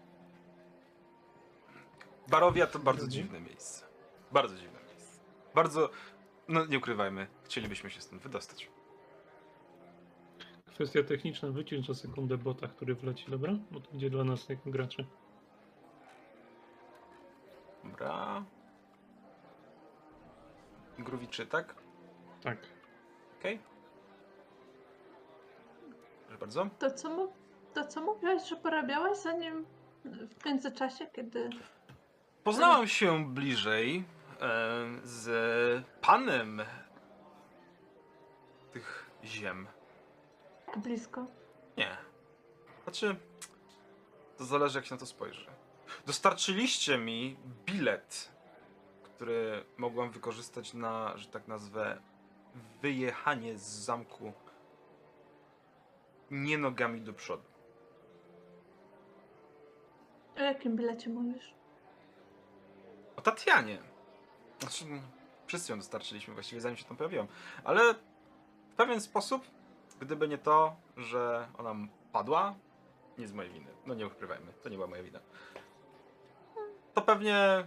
Barowia to bardzo dziwne miejsce. Bardzo dziwne miejsce. Bardzo, no nie ukrywajmy, chcielibyśmy się stąd wydostać. Kwestia techniczna, wyciąć za sekundę bota, który wleci, dobra? Bo to będzie dla nas jako graczy. Dobra. Gruwiczy, tak? Tak. Okej. Proszę bardzo. To co, mu, to co mówiłaś, że porabiałaś zanim w międzyczasie, kiedy... Poznałam się bliżej e, z panem tych ziem. Tak blisko. Nie. Znaczy, to zależy jak się na to spojrzy. Dostarczyliście mi bilet, który mogłam wykorzystać na, że tak nazwę, wyjechanie z zamku nie nogami do przodu. O jakim bilecie mówisz? O Tatianie. Znaczy, wszyscy ją dostarczyliśmy właściwie zanim się tam pojawiłam. Ale w pewien sposób, gdyby nie to, że ona padła, nie z mojej winy. No nie ukrywajmy, to nie była moja wina. To pewnie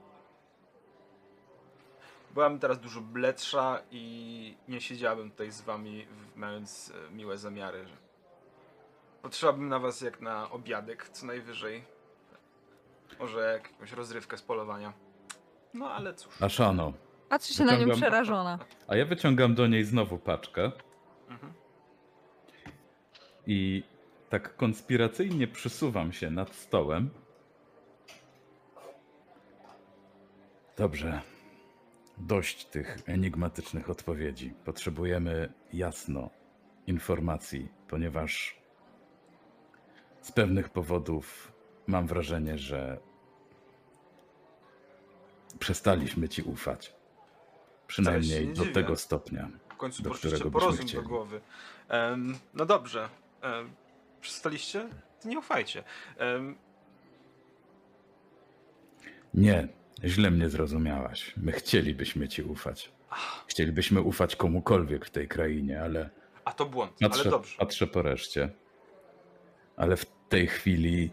byłam teraz dużo bledsza i nie siedziałabym tutaj z wami, w- mając e, miłe zamiary. Że patrzyłabym na was jak na obiadek, co najwyżej. Może jak jakąś rozrywkę z polowania. No ale cóż. Aszano, Patrzy się na nią Wyciągam- przerażona. a ja wyciągam do niej znowu paczkę Mhm. i tak konspiracyjnie przysuwam się nad stołem. Dobrze. Dość tych enigmatycznych odpowiedzi. Potrzebujemy jasno informacji, ponieważ z pewnych powodów mam wrażenie, że przestaliśmy ci ufać. Przynajmniej nie do dziwię. tego stopnia. W końcu do poszliście którego po byśmy rozum do chcieli. głowy. Em, no dobrze. Em, przestaliście? To nie ufajcie. Em, Nie, źle mnie zrozumiałaś. My chcielibyśmy ci ufać. Chcielibyśmy ufać komukolwiek w tej krainie, ale a to błąd, patrzę, ale dobrze. patrzę po reszcie. Ale w tej chwili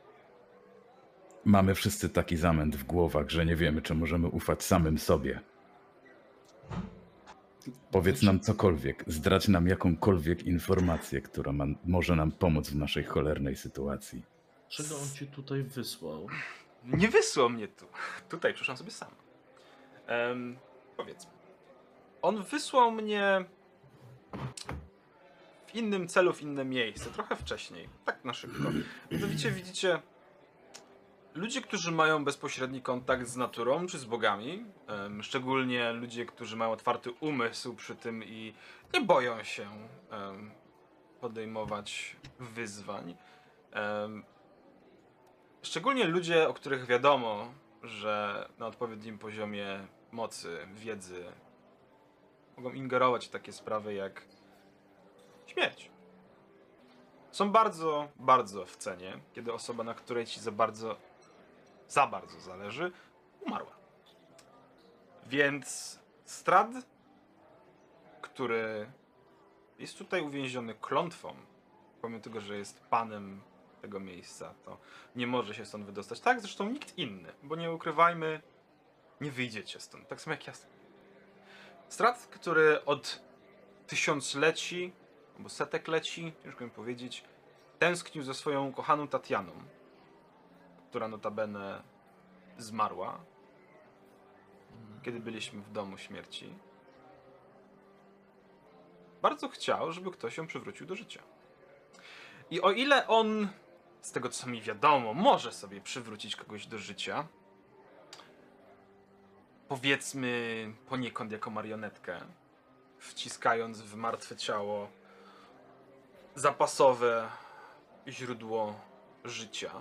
mamy wszyscy taki zamęt w głowach, że nie wiemy, czy możemy ufać samym sobie. Powiedz nam cokolwiek, zdradź nam jakąkolwiek informację, która ma, może nam pomóc w naszej cholernej sytuacji. Czego on ci tutaj wysłał? Nie wysłał mnie tu. Tutaj przyszłam sobie sam. Um, powiedzmy. On wysłał mnie w innym celu, w inne miejsce, trochę wcześniej, tak na szybko. Mianowicie widzicie, ludzie, którzy mają bezpośredni kontakt z naturą czy z bogami, em, szczególnie ludzie, którzy mają otwarty umysł przy tym i nie boją się em, podejmować wyzwań. Em, szczególnie ludzie, o których wiadomo, że na odpowiednim poziomie mocy, wiedzy mogą ingerować w takie sprawy jak śmierć. Są bardzo, bardzo w cenie, kiedy osoba, na której ci za bardzo, za bardzo zależy, umarła. Więc Strad, który jest tutaj uwięziony klątwą. Pomimo tego, że jest panem tego miejsca, to nie może się stąd wydostać. Tak, zresztą nikt inny, bo nie ukrywajmy, nie wyjdziecie stąd. Tak samo jak ja. Strat, który od tysiącleci, albo setek leci, ciężko mi powiedzieć, tęsknił za swoją ukochaną Tatianą, która notabene zmarła, kiedy byliśmy w domu śmierci. Bardzo chciał, żeby ktoś ją przywrócił do życia. I o ile on, z tego co mi wiadomo, może sobie przywrócić kogoś do życia, powiedzmy poniekąd jako marionetkę, wciskając w martwe ciało zapasowe źródło życia,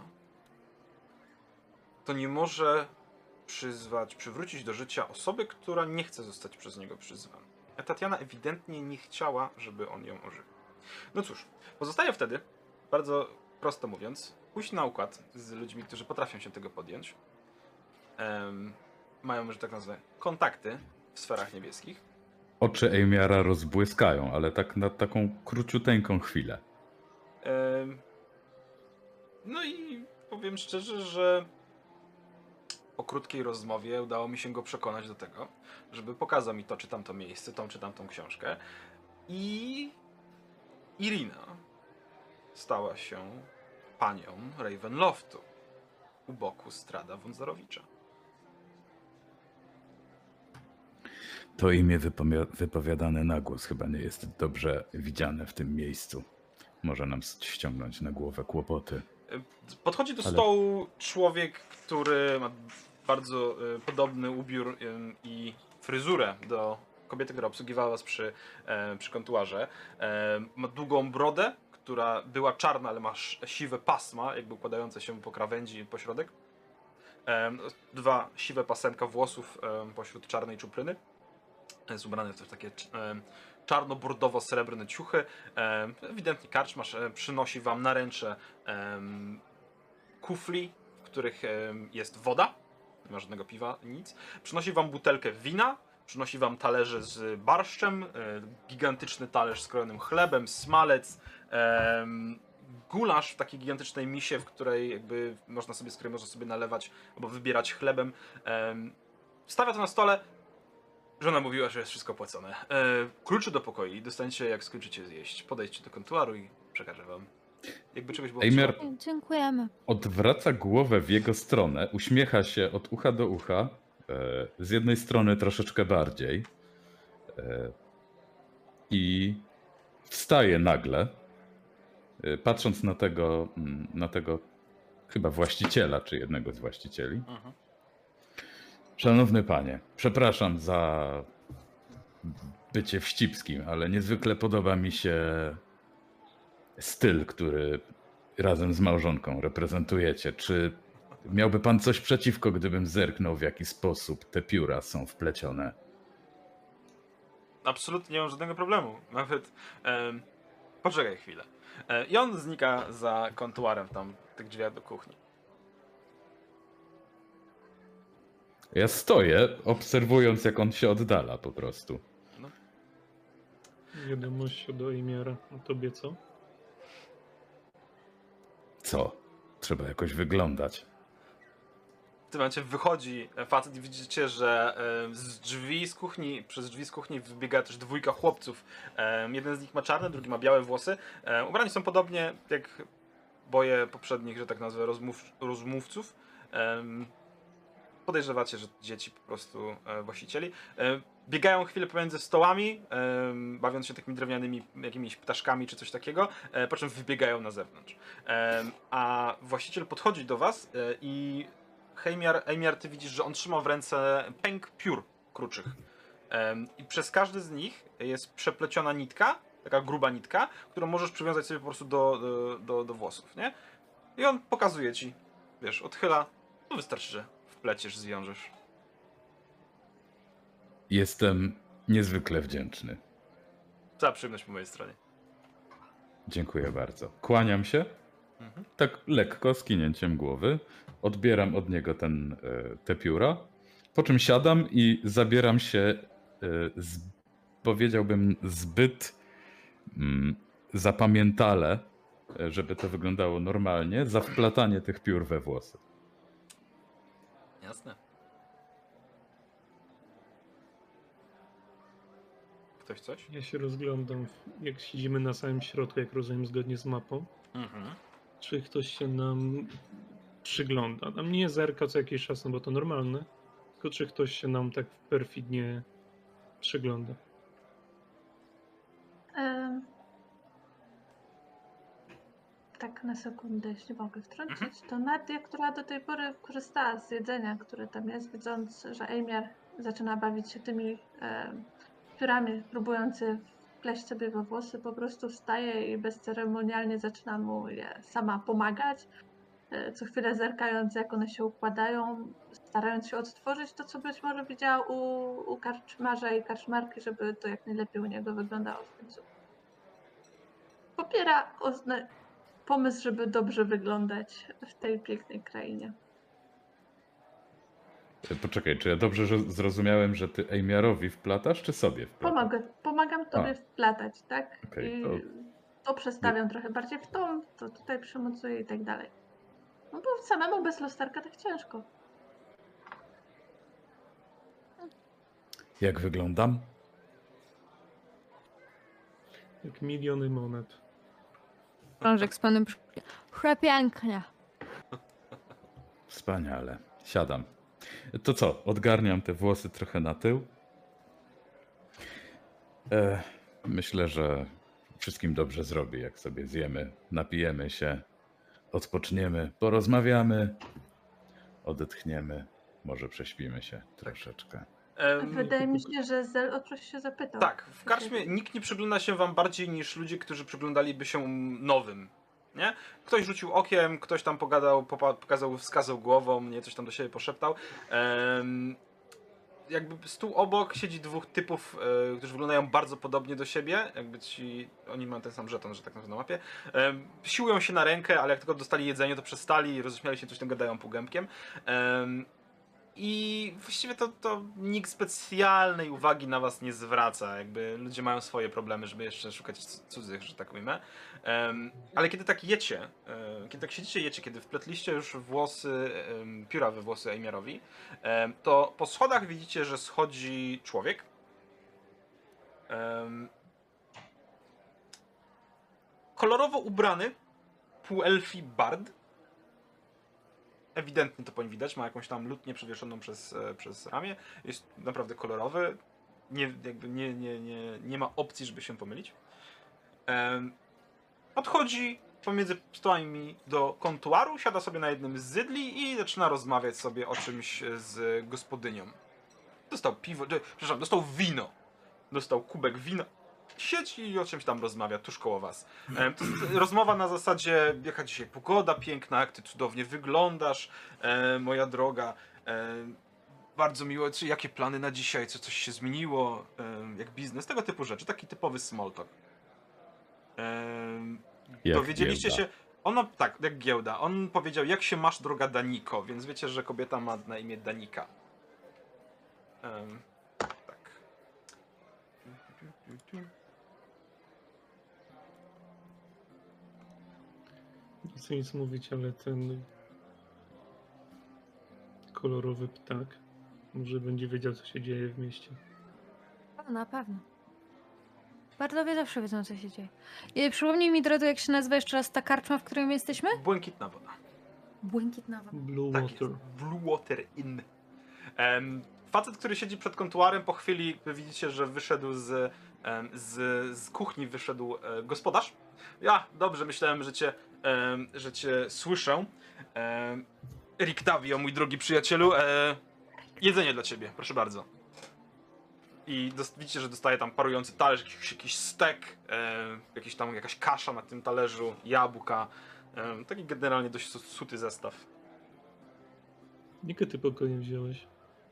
to nie może przyzwać, przywrócić do życia osoby, która nie chce zostać przez niego przyzwana. A Tatiana ewidentnie nie chciała, żeby on ją ożywił. No cóż, pozostaje wtedy, bardzo prosto mówiąc, pójść na układ z ludźmi, którzy potrafią się tego podjąć. Um, mają, że tak nazwę, kontakty w sferach niebieskich. Oczy Ejmiara rozbłyskają, ale tak na taką króciuteńką chwilę. Um, no i powiem szczerze, że po krótkiej rozmowie udało mi się go przekonać do tego, żeby pokazał mi to czy tamto miejsce, tą czy tamtą książkę. I Irina stała się panią Ravenloftu u boku Strada Wązorowicza. To imię wypomia- wypowiadane na głos chyba nie jest dobrze widziane w tym miejscu. Może nam ściągnąć na głowę kłopoty. Podchodzi do Ale- stołu człowiek, który ma bardzo y, podobny ubiór y, i fryzurę do kobiety, która obsługiwała was przy, e, przy kontuarze. E, ma długą brodę, która była czarna, ale ma sz- siwe pasma, jakby układające się po krawędzi po środek. E, dwa siwe pasemka włosów e, pośród czarnej czupryny. Jest ubrany w takie e, czarno-bordowo-srebrne ciuchy. E, ewidentnie karczmarz e, przynosi wam naręcze e, kufli, w których e, jest woda. Nie ma żadnego piwa, nic. Przynosi wam butelkę wina. Przynosi wam talerze z barszczem. E, gigantyczny talerz z krojonym chlebem, smalec. E, gulasz w takiej gigantycznej misie, w której jakby można sobie, z której można sobie nalewać albo wybierać chlebem. E, stawia to na stole. Żona mówiła, że jest wszystko płacone. E, klucze do pokoi dostaniecie, jak skończycie zjeść. Podejdźcie do kontuaru i przekażę wam. Jakby czegoś było Ejmer- trzeba. Dziękujemy. Odwraca głowę w jego stronę, uśmiecha się od ucha do ucha, e, z jednej strony troszeczkę bardziej e, i wstaje nagle, e, patrząc na tego, mm, na tego chyba właściciela, czy jednego z właścicieli. Mhm. Szanowny panie, przepraszam za bycie wścibskim, ale niezwykle podoba mi się styl, który razem z małżonką reprezentujecie. Czy miałby pan coś przeciwko, gdybym zerknął, w jaki sposób te pióra są wplecione? Absolutnie nie mam żadnego problemu. Nawet. em, poczekaj chwilę. E, I on znika za kontuarem tam, tych drzwiach do kuchni. Ja stoję, obserwując, jak on się oddala po prostu. Wiadomość od Ejmiara. A tobie co? Co? Trzeba jakoś wyglądać. W tym momencie wychodzi facet i widzicie, że e, z drzwi z kuchni, przez drzwi z kuchni wybiega też dwójka chłopców. E, jeden z nich ma czarne, drugi ma białe włosy. E, ubrani są podobnie jak boje poprzednich, że tak nazwę, rozmów, rozmówców. E, podejrzewacie, że dzieci po prostu e, właścicieli. E, biegają chwilę pomiędzy stołami, e, bawiąc się takimi drewnianymi jakimiś ptaszkami czy coś takiego, e, po czym wybiegają na zewnątrz. E, a właściciel podchodzi do was e, i Ejmiar, Ejmiar, ty widzisz, że on trzyma w ręce pęk piór kruczych. Um, I przez każdy z nich jest przepleciona nitka, taka gruba nitka, którą możesz przywiązać sobie po prostu do, do, do, do włosów, nie? I on pokazuje ci, wiesz, odchyla, no wystarczy, że wpleciesz, zwiążesz. Jestem niezwykle wdzięczny. Cała przyjemność po mojej stronie. Dziękuję bardzo. Kłaniam się, Mhm. tak lekko, skinięciem głowy. Odbieram od niego ten, e, te pióra, po czym siadam i zabieram się, e, z, powiedziałbym, zbyt mm, zapamiętale, e, żeby to wyglądało normalnie, za wplatanie tych piór we włosy. Jasne. Ktoś coś? Ja się rozglądam, jak siedzimy na samym środku, jak rozumiem, zgodnie z mapą. Mhm. Czy ktoś się nam przygląda? Nam nie zerka co jakiś czas, no bo to normalne. Tylko czy ktoś się nam tak perfidnie przygląda? Em, Tak na sekundę, jeśli mogę wtrącić, to Nadia, która do tej pory korzystała z jedzenia, które tam jest, widząc, że Ejmiar zaczyna bawić się tymi em, piórami, próbując je wpleść sobie we włosy, po prostu wstaje i bezceremonialnie zaczyna mu je sama pomagać, e, co chwilę zerkając, jak one się układają, starając się odtworzyć to, co być może widziała u, u karczmarza i karczmarki, żeby to jak najlepiej u niego wyglądało w końcu. Popiera ozna- pomysł, żeby dobrze wyglądać w tej pięknej krainie. E, Poczekaj, czy ja dobrze że zrozumiałem, że ty Ejmiarowi wplatasz, czy sobie wplatasz? Pomogę, pomagam tobie A. wplatać, tak? Okej, I to- to przestawiam trochę bardziej w tą, to tutaj przymocuję i tak dalej. No bo samemu bez lusterka tak ciężko. Jak wyglądam? Jak miliony monet. Krążek z panem przy... Przepięknie. Wspaniale. Siadam. To co, odgarniam te włosy trochę na tył. E, myślę, że wszystkim dobrze zrobi, jak sobie zjemy, napijemy się, odpoczniemy, porozmawiamy, odetchniemy, może prześpimy się troszeczkę. Em, Wydaje mi się, że Zel o coś się zapytał. Tak, w karczmie nikt nie przygląda się wam bardziej niż ludzie, którzy przyglądaliby się nowym. Nie? Ktoś rzucił okiem, ktoś tam pogadał, popa- pokazał, wskazał głową, nie, coś tam do siebie poszeptał. Em, jakby stół obok siedzi dwóch typów, e, którzy wyglądają bardzo podobnie do siebie. Jakby ci, oni mają ten sam żeton, że tak na mapie. Em, siłują się na rękę, ale jak tylko dostali jedzenie, to przestali, roześmiali się, coś tam gadają półgębkiem. Em, I właściwie to, to nikt specjalnej uwagi na was nie zwraca. Jakby ludzie mają swoje problemy, żeby jeszcze szukać cudzych, że tak ujmę. Um, ale kiedy tak jecie, um, kiedy tak siedzicie, jecie, kiedy wpletliście już włosy, um, pióra we włosy Ejmiarowi, um, to po schodach widzicie, że schodzi człowiek. Um, kolorowo ubrany, półelfi bard. Ewidentnie to po nim widać, ma jakąś tam lutnię przewieszoną przez, e, przez ramię. Jest naprawdę kolorowy. Nie, jakby nie, nie, nie, nie ma opcji, żeby się pomylić. Em, podchodzi pomiędzy stołami do kontuaru, siada sobie na jednym z zydli i zaczyna rozmawiać sobie o czymś z gospodynią. Dostał piwo, e, przepraszam, dostał wino. Dostał kubek wina. Siedzi i o czymś tam rozmawia tuż koło was. E, to jest rozmowa na zasadzie, jaka dzisiaj pogoda piękna, jak ty cudownie wyglądasz, e, moja droga. E, bardzo miło, czy jakie plany na dzisiaj, czy coś się zmieniło, e, jak biznes, tego typu rzeczy. Taki typowy small talk. E, Jak dowiedzieliście giełda. się, ono, tak, jak giełda. On powiedział, jak się masz, droga Daniko, więc wiecie, że kobieta ma na imię Danika. E, tak. Nie chcę nic mówić, ale ten kolorowy ptak może będzie wiedział, co się dzieje w mieście. O, na pewno. Bardowie zawsze wiedzą, co się dzieje. I przypomnij mi, Dredu, jak się nazywa jeszcze raz ta karczma, w której my jesteśmy? Błękitna woda. Błękitna woda. Blue Tak Water. jest. Blue Water Inn. Em, facet, który siedzi przed kontuarem, po chwili widzicie, że wyszedł z, em, z, z kuchni, wyszedł e, gospodarz. Ja, dobrze, myślałem, że cię, em, że cię słyszę. Em, Rick Davio, mój drogi przyjacielu, e, jedzenie dla ciebie, proszę bardzo. I dos- widzicie, że dostaje tam parujący talerz, jakiś, jakiś stek, e, jakiś tam, jakaś kasza na tym talerzu, jabłka. E, taki generalnie dość su- suty zestaw. Jakie ty pokoje wziąłeś?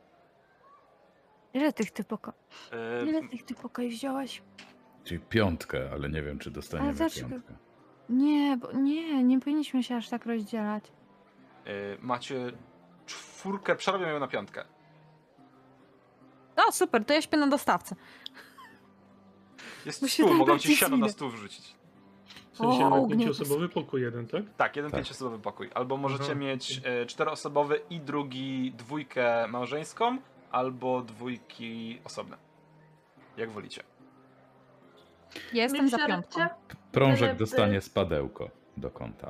Ile tych ty poko... E, Ile tych ty pokoi wziąłeś? Czyli piątkę, ale nie wiem, czy dostaniemy Ale dlaczego? piątkę. Nie, bo nie, nie powinniśmy się aż tak rozdzielać. e, macie czwórkę, przerabiam ją na piątkę. O, super, to ja śpię na dostawce. Jest Bo się stół, tam mogą ci bardziej siano na zwinę. stół wrzucić. W sensie O, na ognie- pięcioosobowy pokój jeden, tak? Tak, jeden Tak. pięcioosobowy pokój. Albo możecie Aha, mieć okej. e, czteroosobowy i drugi dwójkę małżeńską, albo dwójki osobne. Jak wolicie. Jestem za Milczy piątką. rybcie? Prążek Byleby- dostanie spadełko do kąta.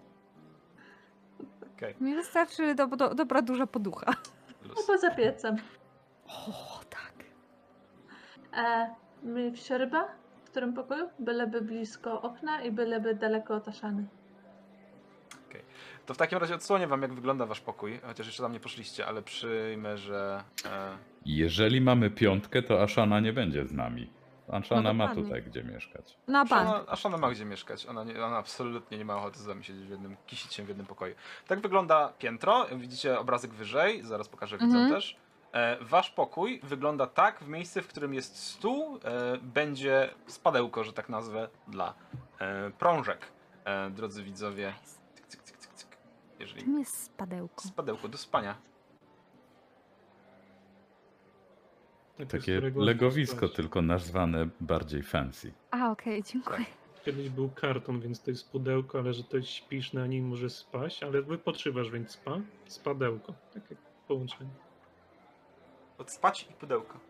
Okej. Mi wystarczy do, do, dobra duża poducha. Luz. Albo za piecem. O, tak. E, Milczy ryba? W którym pokoju? Byleby blisko okna i byleby daleko od Aszany. To w takim razie odsłonię wam, jak wygląda wasz pokój, chociaż jeszcze tam nie poszliście, ale przyjmę, że... E, Jeżeli mamy piątkę, to Ashana nie będzie z nami. Ashana No ma dokładnie. tutaj gdzie mieszkać. Na bank. Ashana, Ashana ma gdzie mieszkać. Ona, nie, ona absolutnie nie ma ochoty z wami siedzieć w jednym, kisić się w jednym pokoju. Tak wygląda piętro. Widzicie obrazek wyżej. Zaraz pokażę widzom Mhm. też. E, wasz pokój wygląda tak, w miejsce, w którym jest stół, e, będzie spadełko, że tak nazwę, dla e, prążek. E, drodzy widzowie. Cyk, cyk, cyk, cyk, cyk. Jeżeli... Czym jest spadełko? Spadełko do spania. Tak, z Takie którego legowisko, spać. tylko nazwane bardziej fancy. A, okej, dziękuję. Kiedyś był karton, więc to jest pudełko, ale że to śpisz na nim, możesz spać, ale wypoczywasz, więc spa, spadełko. Takie połączenie. Od spać i pudełko.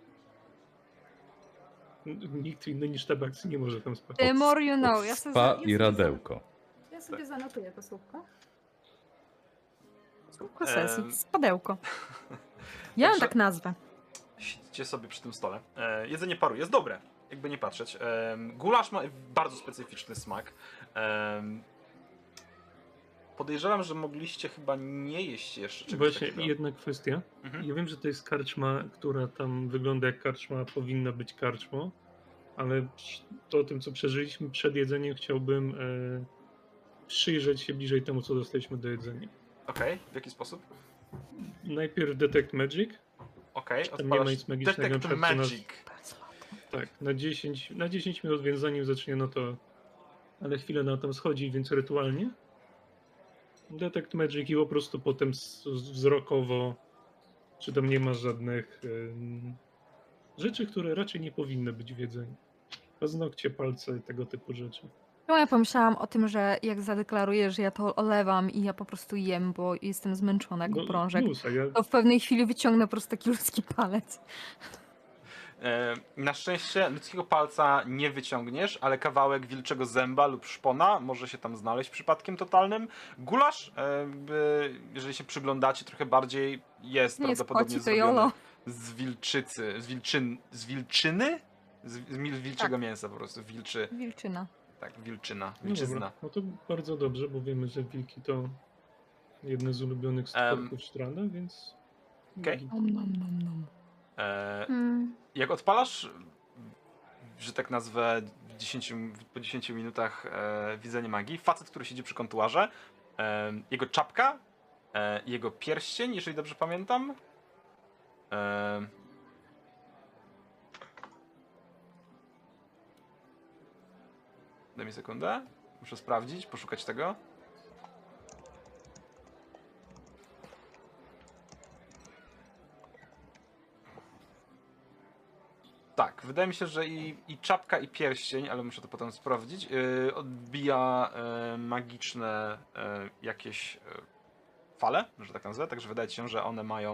N- Nikt inny niż tabaksy nie może tam spać. The more you know. Ja sobie, Spa za- ja i sobie, radełko. ja sobie zanotuję to słówko. Słówko Em. sesji. Spadełko. Ja Także- tak nazwę. Siedzicie sobie przy tym stole. E, jedzenie paruje, jest dobre, jakby nie patrzeć. E, gulasz ma bardzo specyficzny smak. E, podejrzewam, że mogliście chyba nie jeść jeszcze czegoś Właśnie takiego. jedna kwestia. Mhm. Ja wiem, że to jest karczma, która tam wygląda jak karczma, powinna być karczmą, ale to o tym, co przeżyliśmy przed jedzeniem, chciałbym e, przyjrzeć się bliżej temu, co dostaliśmy do jedzenia. Okej, w jaki sposób? Najpierw Detect Magic. Okej, Czy tam nie ma odpalasz nic magicznego, na Detect przykład, co nas- Magic. Tak, na dziesięć, na dziesięć minut, więc zanim zacznie, no to... Ale chwilę na to schodzi, więc rytualnie. Detect Magic i po prostu potem z- z- wzrokowo, czy tam nie ma żadnych em, rzeczy, które raczej nie powinny być w jedzeniu. Paznokcie, palce, tego typu rzeczy. No ja pomyślałam o tym, że jak zadeklaruję, że ja to olewam i ja po prostu jem, bo jestem zmęczona jak No, prążek, luz, a ja, to w pewnej chwili wyciągnę po prostu taki ludzki palec. E, na szczęście ludzkiego palca nie wyciągniesz, ale kawałek wilczego zęba lub szpona może się tam znaleźć przypadkiem totalnym. Gulasz, e, jakby, jeżeli się przyglądacie trochę bardziej, jest Nie jest prawdopodobnie koci, to zrobiony jolo. z wilczycy, z wilczyn, z wilczyny? Z, z mil- wilczego Tak. mięsa po prostu, wilczy, Wilczyna. tak, wilczyna, no wilczyzna. dobra, no to bardzo dobrze, bo wiemy, że wilki to jedne z ulubionych Em, stworków Strada, więc... Okej. Nom, nom, nom, nom. E, Hmm. jak odpalasz, że tak nazwę, w dziesięciu, po dziesięciu minutach e, widzenie magii, facet, który siedzi przy kontuarze, e, jego czapka, e, jego pierścień, jeżeli dobrze pamiętam. E, daj mi sekundę, muszę sprawdzić, poszukać tego. Tak, wydaje mi się, że i, i czapka, i pierścień, ale muszę to potem sprawdzić, yy, odbija yy, magiczne yy, jakieś yy, fale, że tak nazwę, także wydaje ci się, że one mają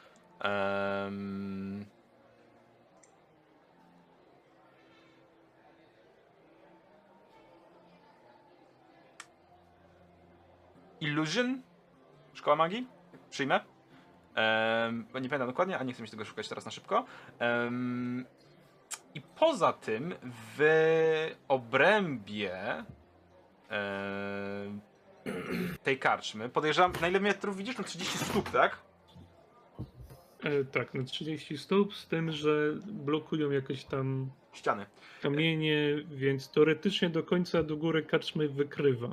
yy, Illusion? Szkoła magii? Przyjmę. Um, bo nie pamiętam dokładnie, a nie chcę mi się tego szukać teraz na szybko. Um, I poza tym w obrębie em, tej karczmy podejrzewam, na ile metrów widzisz? No trzydzieści stóp, tak? E, tak, na trzydzieści stóp, z tym, że blokują jakieś tam Ściany. kamienie, więc teoretycznie do końca do góry karczmy wykrywa.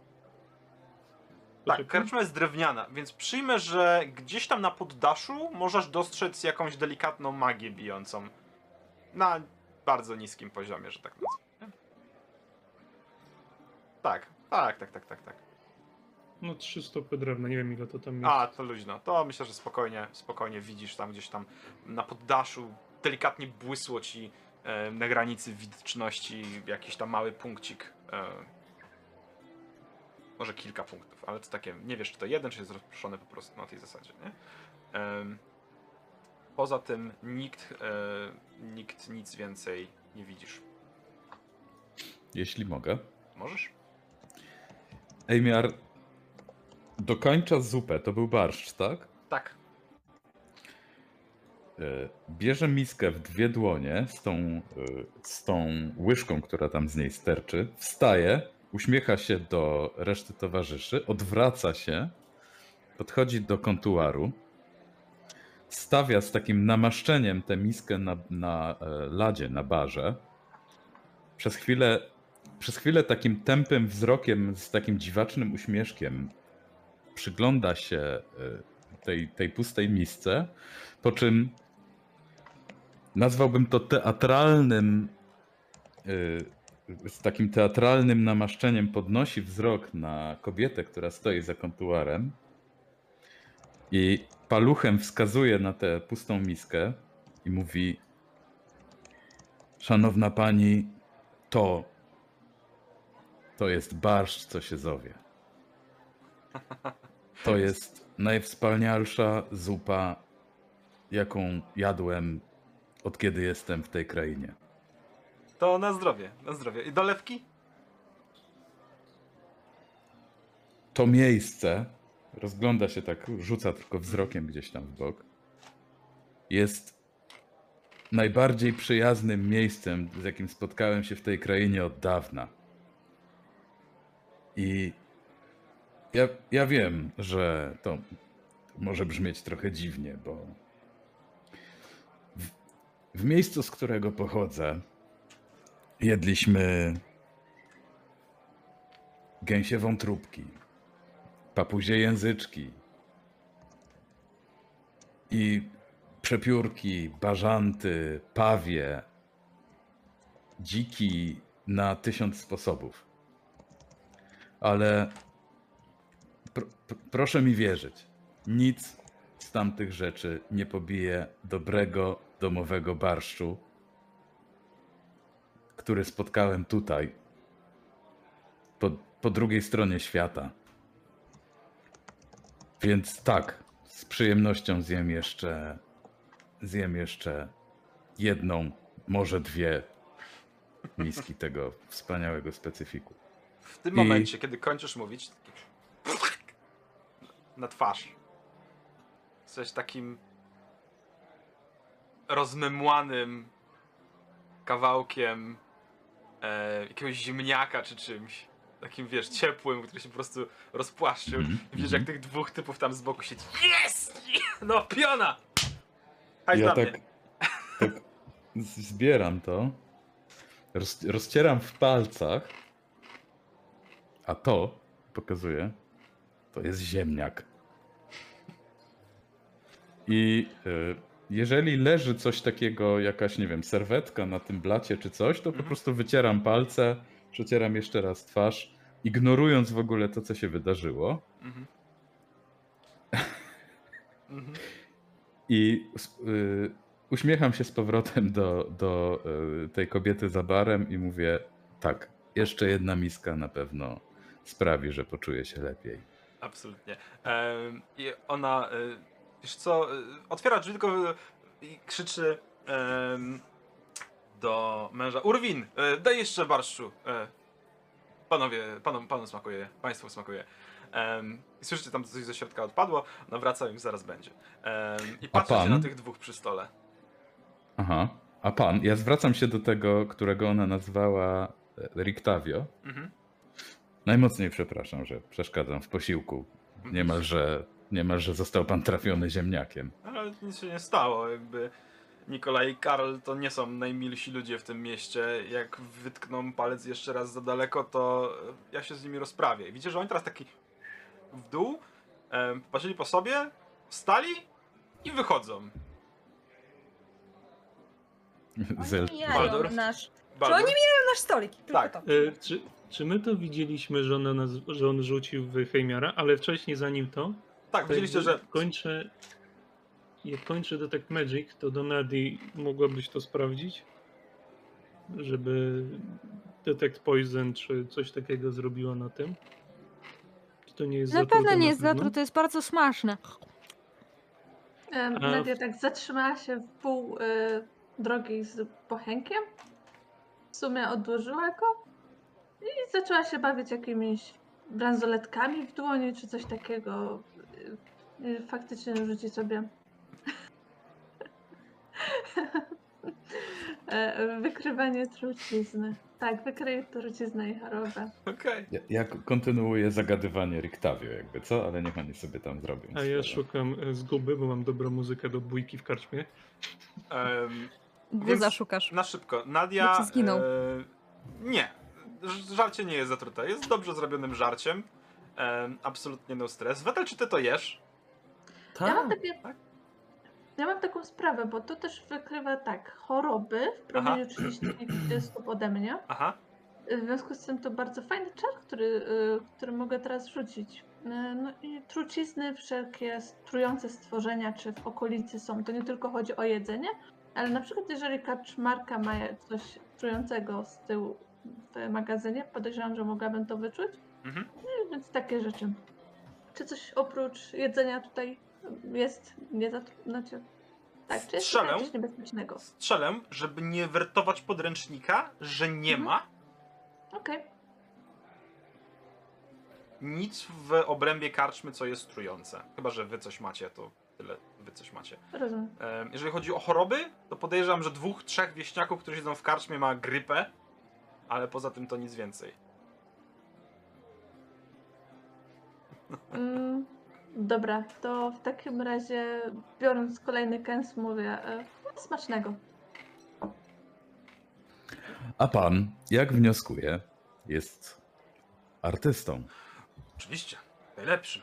Tak, Poczekaj. karczma jest drewniana, więc przyjmę, że gdzieś tam na poddaszu możesz dostrzec jakąś delikatną magię bijącą. Na bardzo niskim poziomie, że tak nazwę. Tak, tak, tak, tak, tak, tak. No trzy stopy drewna, nie wiem ile to tam jest. A, to luźno. To myślę, że spokojnie, spokojnie widzisz tam gdzieś tam na poddaszu delikatnie błysło ci e, na granicy widoczności jakiś tam mały punkcik. E, może kilka punktów, ale to takie, nie wiesz czy to jeden, czy jest rozproszony po prostu na tej zasadzie, nie? E, poza tym nikt, e, nikt nic więcej nie widzisz. Jeśli mogę. Możesz? Ejmiar dokończa zupę. To był barszcz, tak? Tak. E, Bierze miskę w dwie dłonie z tą, e, z tą łyżką, która tam z niej sterczy. Wstaje, uśmiecha się do reszty towarzyszy, odwraca się, podchodzi do kontuaru, stawia z takim namaszczeniem tę miskę na, na e, ladzie, na barze. Przez chwilę, przez chwilę takim tępym wzrokiem, z takim dziwacznym uśmieszkiem przygląda się e, tej, tej pustej misce, po czym nazwałbym to teatralnym, e, z takim teatralnym namaszczeniem podnosi wzrok na kobietę, która stoi za kontuarem i paluchem wskazuje na tę pustą miskę i mówi: szanowna pani, to to jest barszcz, co się zowie. To jest najwspanialsza zupa, jaką jadłem, od kiedy jestem w tej krainie. To na zdrowie, na zdrowie. I dolewki? To miejsce, rozgląda się tak, rzuca tylko wzrokiem gdzieś tam w bok, jest najbardziej przyjaznym miejscem, z jakim spotkałem się w tej krainie od dawna. I ja, ja wiem, że to może brzmieć trochę dziwnie, bo w, w miejscu, z którego pochodzę, jedliśmy gęsie wątróbki, papuzie języczki i przepiórki, bażanty, pawie, dziki na tysiąc sposobów. Ale pr pr proszę mi wierzyć, nic z tamtych rzeczy nie pobije dobrego, domowego barszczu, który spotkałem tutaj, po, po drugiej stronie świata. Więc tak, z przyjemnością zjem jeszcze, zjem jeszcze jedną, może dwie miski tego wspaniałego specyfiku. W tym I- momencie, kiedy kończysz mówić, taki na twarz. Jesteś takim rozmemłanym kawałkiem e, jakiegoś ziemniaka czy czymś. Takim, wiesz, ciepłym, który się po prostu rozpłaszczył. Mhm, Widzisz, jak mhm. tych dwóch typów tam z boku siedzi. Jest! No, piona! Hajs Ja dla tak, mnie. tak z- zbieram to, roz, rozcieram w palcach, a to, pokazuję, to jest ziemniak. I y, jeżeli leży coś takiego, jakaś, nie wiem, serwetka na tym blacie czy coś, to po Mhm. prostu wycieram palce, przecieram jeszcze raz twarz, ignorując w ogóle to, co się wydarzyło. Mhm. Mhm. I y, uśmiecham się z powrotem do, do y, tej kobiety za barem i mówię: tak, jeszcze jedna miska na pewno sprawi, że poczuję się lepiej. Absolutnie. Em, I ona, y, wiesz co, y, otwiera drzwi tylko y, i krzyczy em, do męża: Urwin, y, daj jeszcze barszczu. Y, panowie, panom, panu smakuje, państwu smakuje. Em, I słyszycie, tam coś ze środka odpadło, no wraca, już zaraz będzie. Em, I patrzcie pan? na tych dwóch przy stole. Aha, a pan, ja zwracam się do tego, którego ona nazwała e, Rictavio. Mhm. Najmocniej przepraszam, że przeszkadzam w posiłku. Niemalże, niemalże został pan trafiony ziemniakiem. Ale nic się nie stało, jakby Nikolaj i Karl to nie są najmilsi ludzie w tym mieście. Jak wytkną palec jeszcze raz za daleko, to ja się z nimi rozprawię. Widzicie, że oni teraz taki w dół, em, popatrzyli po sobie, wstali i wychodzą. Zel... Oni Baldur? jają nasz... Czy Baldur? oni mijają nasz stolik? Tylko Tak. to. E, czy, czy my to widzieliśmy, że, ona nas, że on rzucił w Heimjara, ale wcześniej zanim to? Tak, to widzieliście, jakby że Kończę... Jak kończę Detect Magic, to do Nadi mogłabyś to sprawdzić? żeby Detect Poison czy coś takiego zrobiła na tym? Czy to nie jest Na zatrute pewno nie jest pewno? zatru, to jest bardzo smaczne. Em, A Nadia w- tak zatrzymała się w pół y, drogi z bochenkiem. W sumie odłożyła go i zaczęła się bawić jakimiś bransoletkami w dłoni czy coś takiego. Y, y, Faktycznie rzuci sobie e, wykrywanie trucizny. Tak, wykryje truciznę i chorobę. Okej. Ja, ja kontynuuję zagadywanie Riktavio jakby, co? Ale niech oni sobie tam zrobią A ja swoje. szukam e, zguby, bo mam dobrą muzykę do bójki w karczmie. Em, Guza Więc- szukasz. Na szybko. Bo Nadia. ci zginął. E, nie. Ż- Żarcie nie jest zatrute. Jest dobrze zrobionym żarciem. Em, absolutnie no stres. Wetel, czy ty to jesz? Ja mam, Tak. takie, ja mam taką sprawę, bo to też wykrywa tak, choroby w promieniu trzydziestu stóp ode mnie. Aha. W związku z tym to bardzo fajny czar, który, y, który mogę teraz rzucić. Y, No i trucizny, wszelkie trujące stworzenia, czy w okolicy są, to nie tylko chodzi o jedzenie, ale na przykład jeżeli kaczmarka ma coś trującego z tyłu w magazynie, podejrzewam, że mogłabym to wyczuć, Mhm. no, więc takie rzeczy. Czy coś oprócz jedzenia tutaj jest nie za... Znaczy, tak, czy jest Strzelę. tutaj coś niebezpiecznego? Strzelę, żeby nie wertować podręcznika, że nie Mhm. ma Okej, nic w obrębie karczmy, co jest trujące. Chyba że wy coś macie, to tyle wy coś macie. rozumiem. Em, Jeżeli chodzi o choroby, to podejrzewam, że dwóch, trzech wieśniaków, którzy siedzą w karczmie, ma grypę, ale poza tym to nic więcej. Mm, dobra, to w takim razie biorąc kolejny kęs mówię e, smacznego. A pan, jak wnioskuję, jest artystą. Oczywiście, najlepszy.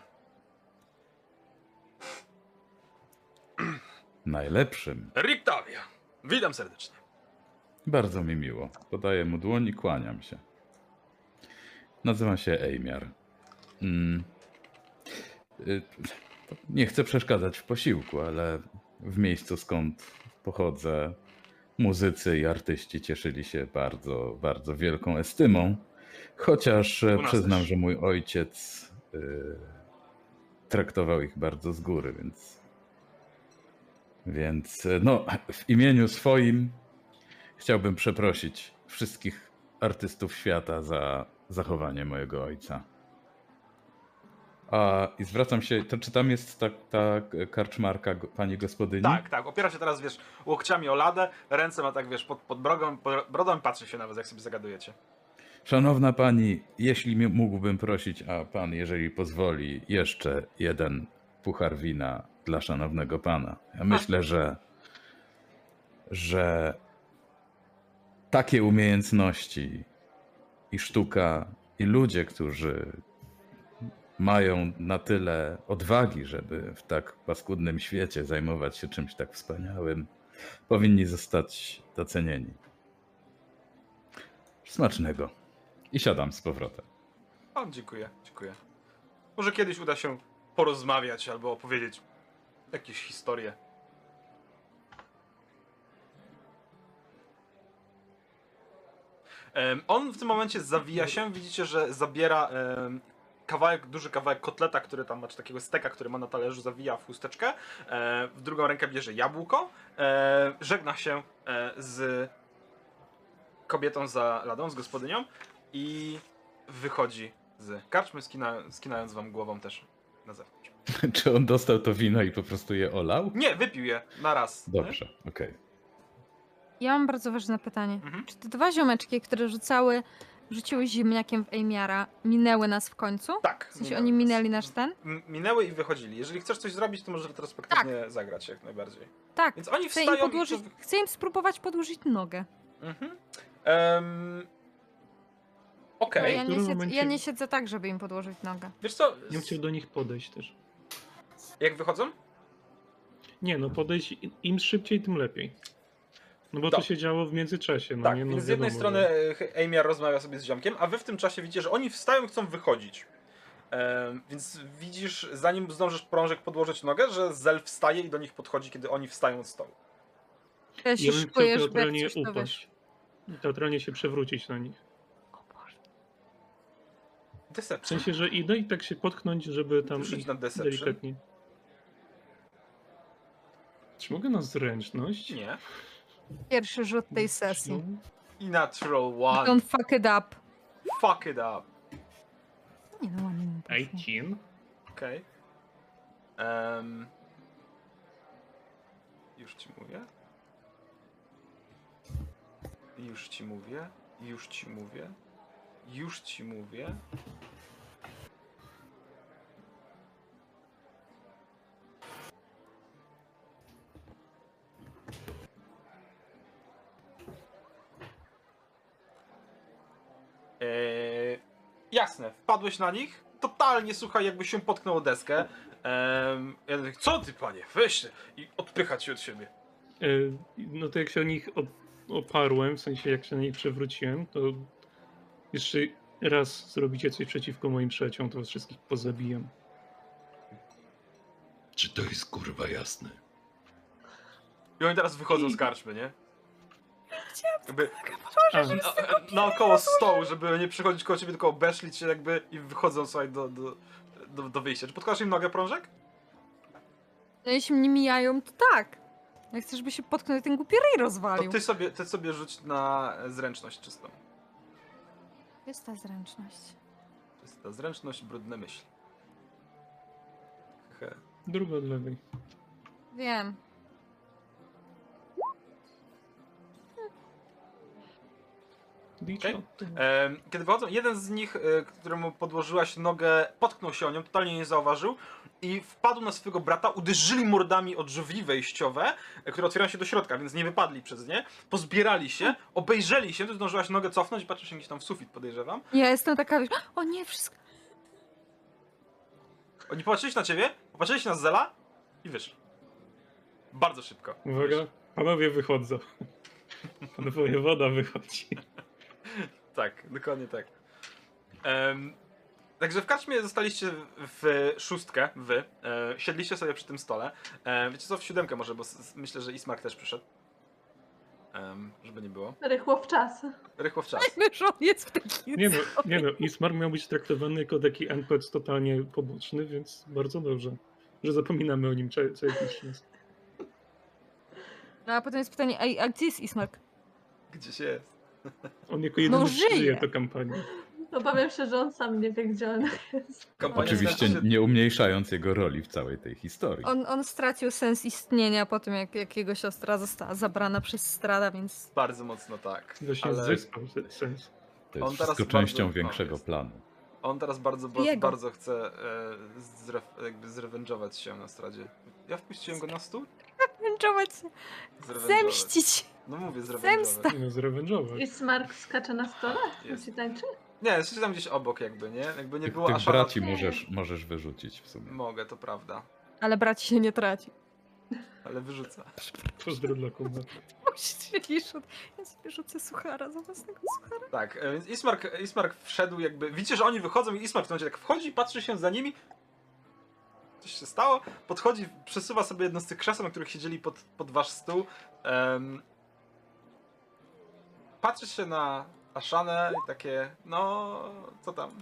Najlepszym. Riktavia, witam serdecznie. Bardzo mi miło. Podaję mu dłoń i kłaniam się. Nazywam się Ejmiar. Mm. Y, Nie chcę przeszkadzać w posiłku, ale w miejscu skąd pochodzę, muzycy i artyści cieszyli się bardzo, bardzo wielką estymą. Chociaż e, U nas przyznam, też. że mój ojciec y, traktował ich bardzo z góry, więc. Więc e, no, w imieniu swoim chciałbym przeprosić wszystkich artystów świata za zachowanie mojego ojca. A i zwracam się, to czy tam jest ta, ta karczmarka go- pani gospodyni? Tak, tak, opiera się teraz, wiesz, łokciami o ladę, ręce ma tak, wiesz, pod, pod brodą, pod brodą i patrzy się na was, jak sobie zagadujecie. Szanowna pani, jeśli mi- mógłbym prosić, a pan, jeżeli pozwoli, jeszcze jeden puchar wina dla szanownego pana. Ja myślę, że, że takie umiejętności i sztuka, i ludzie, którzy mają na tyle odwagi, żeby w tak paskudnym świecie zajmować się czymś tak wspaniałym, powinni zostać docenieni. Smacznego. I siadam z powrotem. O, dziękuję, dziękuję. Może kiedyś uda się porozmawiać albo opowiedzieć jakieś historie. Em, On w tym momencie zawija się, widzicie, że zabiera em, kawałek, duży kawałek kotleta, który tam ma, czy takiego steka, który ma na talerzu, zawija w chusteczkę. E, w drugą rękę bierze jabłko. E, żegna się e, z kobietą za ladą, z gospodynią i wychodzi z karczmy, skina, skinając wam głową też na zewnątrz. Czy on dostał to wino i po prostu je olał? Nie, wypił je na raz. Dobrze, okej. Ja mam bardzo ważne pytanie. Mhm. Czy te dwa ziomeczki, które rzucały, rzuciły ziemniakiem w Ejmiara, minęły nas w końcu? Tak. W sensie minęły oni nas. minęli nasz ten? M- Minęły i wychodzili. Jeżeli chcesz coś zrobić, to możesz retrospektywnie zagrać jak najbardziej. Tak. Więc oni Chcę im, wstają podłożyć, i... chcę im spróbować podłożyć nogę. Mhm. Em, Bo Okej. ja, w nie którym siedzę, momencie- ja nie siedzę tak, żeby im podłożyć nogę. Wiesz co, Nie chciał do nich podejść też. jak wychodzą? Nie, no podejść i- im szybciej, tym lepiej. No bo Tak. to się działo w międzyczasie. No Tak, nie, no więc z jednej wiadomo, strony że- e, Ejmiar rozmawia sobie z ziomkiem, a wy w tym czasie widzicie, że oni wstają i chcą wychodzić. Em, więc widzisz, zanim zdążysz prążek podłożyć nogę, że Zel wstaje i do nich podchodzi, kiedy oni wstają od stołu. Ja się Ja bym chciał szykuję, żeby jak teatralnie coś to wiesz. upaść. i teatralnie się przewrócić na nich. O Boże. W Deception. sensie, że idę i tak się potknąć, żeby tam Rzuć ich na deception. delikatnie... Czy mogę na zręczność? Nie. Pierwszy rzut tej sesji. No. I natural one. Don't fuck it up. Fuck it up. Nie no, ładnie mi poszło. osiemnaście. Okej. Em, Już ci mówię. Już ci mówię. Już ci mówię. Już ci mówię. Eee, jasne, wpadłeś na nich. Totalnie, słuchaj, jakby się potknął o deskę. Ehm, ja mówię, co ty, panie, weź się i odpychać się od siebie. E, No to jak się o nich op- oparłem, w sensie jak się na nich przewróciłem, to jeszcze raz zrobicie coś przeciwko moim przyjaciołom, to was wszystkich pozabijam. Czy to jest kurwa jasne? I oni teraz wychodzą z karczmy, nie? Jakby A, na, naokoło stołu, żeby nie przychodzić koło ciebie, tylko obeszli cię jakby i wychodzą, słuchaj, do, do, do, do wyjścia. Czy podkładasz im nogę, Prążek? No jeśli mnie mijają, to tak. Jak chcesz, żeby się potknął i ten głupi ryj To rozwalił. ty sobie, ty sobie rzuć na zręczność czystą. Jest ta zręczność. Czysta zręczność, brudne myśli. He. druga od lewej. Wiem. Diczo. Em, Kiedy wychodzą, jeden z nich, e, któremu podłożyłaś nogę, potknął się o nią, totalnie nie zauważył i wpadł na swojego brata, uderzyli mordami o drzwi wejściowe, e, które otwierają się do środka, więc nie wypadli przez nie, pozbierali się, obejrzeli się, ty zdążyłaś nogę cofnąć i patrzysz się gdzieś tam w sufit, podejrzewam. Ja jestem taka, wiesz, o nie, wszystko. Oni popatrzyli na ciebie, popatrzyli się na Zela i wyszli. Bardzo szybko. Uwaga, panowie wychodzą. Pan wojewoda wychodzi. Tak, dokładnie tak. Em, także w karczmie zostaliście w szóstkę, wy. E, siedliście sobie przy tym stole. E, wiecie co, w siódemkę może, bo s- s- myślę, że Ismark też przyszedł. Em, żeby nie było. Rychło w czas. Rychło w czas. Wiesz, on jest w takiej Nie no, nie no, Ismar miał być traktowany jako taki N P C totalnie poboczny, więc bardzo dobrze, że zapominamy o nim co, co jakiś czas. No a potem jest pytanie, ej, a gdzie jest Ismark? Gdzieś jest. On jako jedyny No, żyje. żyje tę kampanię. Obawiam się, że on sam nie wie, gdzie on jest. Kampania Oczywiście skończy się- nie umniejszając jego roli w całej tej historii. On, on stracił sens istnienia po tym, jak, jak jego siostra została zabrana przez Strada, więc... Bardzo mocno tak. Właśnie Ale zyskał se- sens. To jest on teraz wszystko częścią bardzo- większego o, jest. planu. on teraz bardzo, bardzo, Jego. bardzo chce e, zref, jakby zrewężować się na stradzie. Ja wpuściłem go na stół? Męczować się, Zrewężować. zemścić. No mówię, zrewężować. Zemsta. No zrewężować. I Smark skacze na stole? Jest. Musi tańczy? Nie, jest tam gdzieś obok jakby, nie? Jakby nie Tych, było tych Ashana- braci możesz, możesz wyrzucić w sumie. Mogę, to prawda. Ale braci się nie traci. Ale wyrzucę. Pozdro dla Kuba. Musisz, ja sobie rzucę suchara za własnego suchara. Tak, e, więc Ismark, Ismark wszedł jakby... Widzicie, że oni wychodzą i Ismark w tym momencie tak wchodzi, patrzy się za nimi. Coś się stało. Podchodzi, przesuwa sobie jedno z tych krzeseł, na których siedzieli pod, pod wasz stół. Um, patrzy się na Ashanę i takie, no, co tam?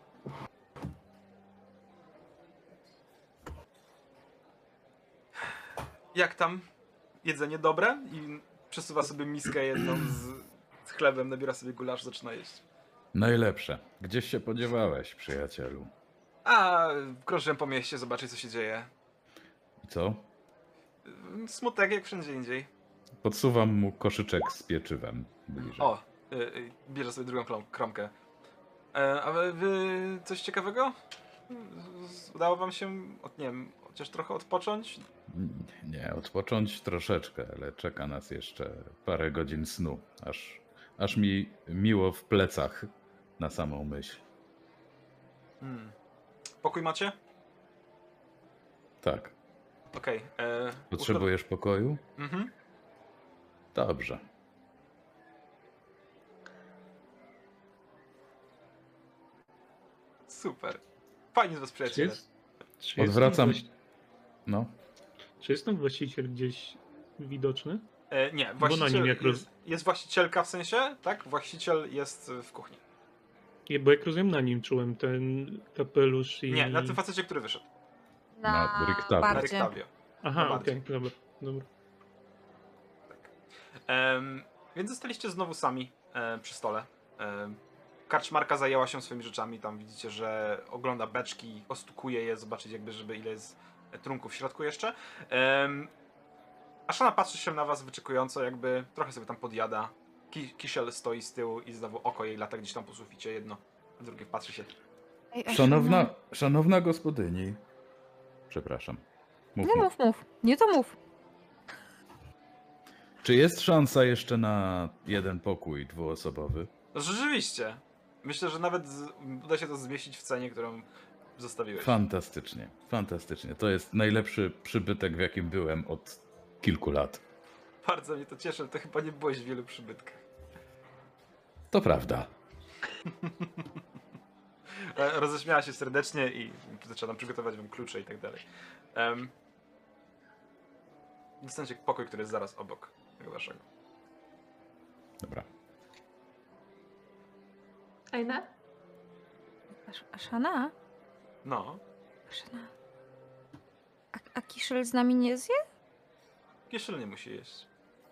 Jak tam? Jedzenie dobre? I przesuwa sobie miskę jedną z, z chlebem, nabiera sobie gulasz, zaczyna jeść. Najlepsze. Gdzieś się podziewałeś, przyjacielu. A, krążyłem po mieście, zobaczyć co się dzieje. I co? Smutek jak wszędzie indziej. Podsuwam mu koszyczek z pieczywem bliżej. O, y, y, bierze sobie drugą klom- kromkę. E, a wy, wy coś ciekawego? Z- Udało wam się, od, nie wiem, chociaż trochę odpocząć? Nie, odpocząć troszeczkę, ale czeka nas jeszcze parę godzin snu, aż, aż mi miło w plecach na samą myśl. Hmm. Pokój macie? Tak. Okej. e, Potrzebujesz pokoju? usta- Mhm. Dobrze. Super. Fajnie z was Czy przyjaciele. jest, czy jest Odwracam. Tam, właś- No, czy jest tam właściciel gdzieś widoczny? E, nie, Bo na właściciel nim jak roz... jest, jest właścicielka w sensie, tak? Właściciel jest w kuchni. Nie, bo jak rozumiem, na nim czułem ten kapelusz i... Nie, na tym facecie, który wyszedł. Na Ricktavie. Na bardzie. Ricktavie. Aha, no okej, bardziej. dobra, dobra. Em, więc zostaliście znowu sami e, przy stole. E, karczmarka zajęła się swoimi rzeczami. Tam widzicie, że ogląda beczki, ostukuje je, zobaczyć jakby, żeby ile jest trunków w środku jeszcze. Em, Ashana patrzy się na was wyczekująco, jakby trochę sobie tam podjada. Ki Kisiel stoi z tyłu i znowu oko jej lata gdzieś tam po suficie. Jedno, a drugie patrzy się. Ej, Ashana. Szanowna, szanowna gospodyni. Przepraszam. Mów, Nie mów. mów, mów. Nie to mów. Czy jest szansa jeszcze na jeden pokój dwuosobowy? No rzeczywiście. Myślę, że nawet z, uda się to zmieścić w cenie, którą zostawiłeś. Fantastycznie, fantastycznie. To jest najlepszy przybytek, w jakim byłem od kilku lat. Bardzo mnie to cieszy, to chyba nie byłeś w wielu przybytkach. To prawda. E, Roześmiała się serdecznie i zaczęła nam przygotować wam klucze i tak dalej. Um, Dostaniecie pokój, który jest zaraz obok tego waszego. Dobra. Ejne? Asz- Ashana? No, Ashana. A, a Kiszel z nami nie zje? Kisiel nie musi jeść.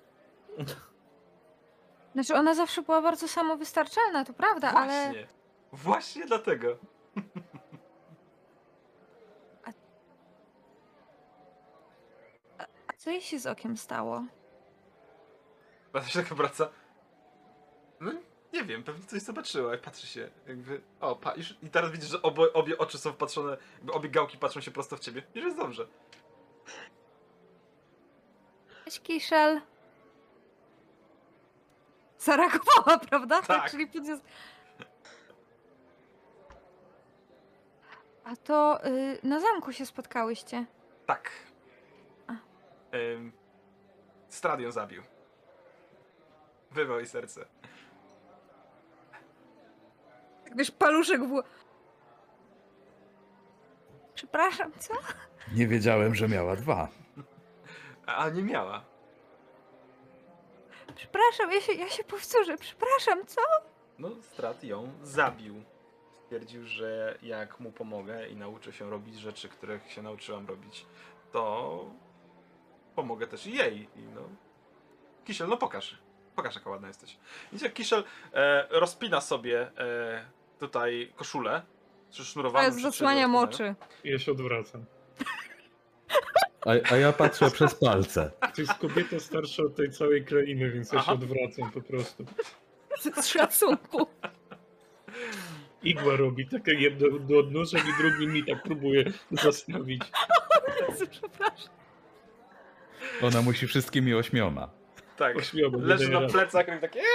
Znaczy ona zawsze była bardzo samowystarczalna, to prawda, ale... Właśnie. Właśnie dlatego. A co jej się z okiem stało? Patrzę się tak wraca. No nie wiem, pewnie coś zobaczyła i patrzy się jakby... O, pa, już, i teraz widzisz, że obo, obie oczy są wpatrzone, jakby obie gałki patrzą się prosto w ciebie. Już jest dobrze. Cześć, Kiszel. Zareagowała, prawda? Tak. Czyli podnios... A to y, na zamku się spotkałyście. Tak. A. Ym, Stradion zabił. Wyrwał jej serce. Tak wiesz, paluszek w... Przepraszam, co? Nie wiedziałem, że miała dwa. A, a nie miała. Przepraszam, ja się, ja się powtórzę. Przepraszam, co? No, Strat ją zabił. Stwierdził, że jak mu pomogę i nauczę się robić rzeczy, których się nauczyłam robić, to pomogę też i jej. I no... Kisiel, no pokaż. Pokaż, jaka ładna jesteś. Widzicie, jak Kisiel e, rozpina sobie e, tutaj koszulę. Przysznurowaną. To jest zasłaniam oczy. I ja się odwracam. A, a ja patrzę przez palce. To jest kobieta starsza od tej całej krainy, więc ja Aha. się odwracam po prostu. Z szacunku. Igła robi takie jedno do odnóżek i drugi mi tak próbuje zastawić. Jezu, przepraszam. Ona musi wszystkimi ośmioma. Tak. Ośmioma, Leży jeden na raz. plecach i takie...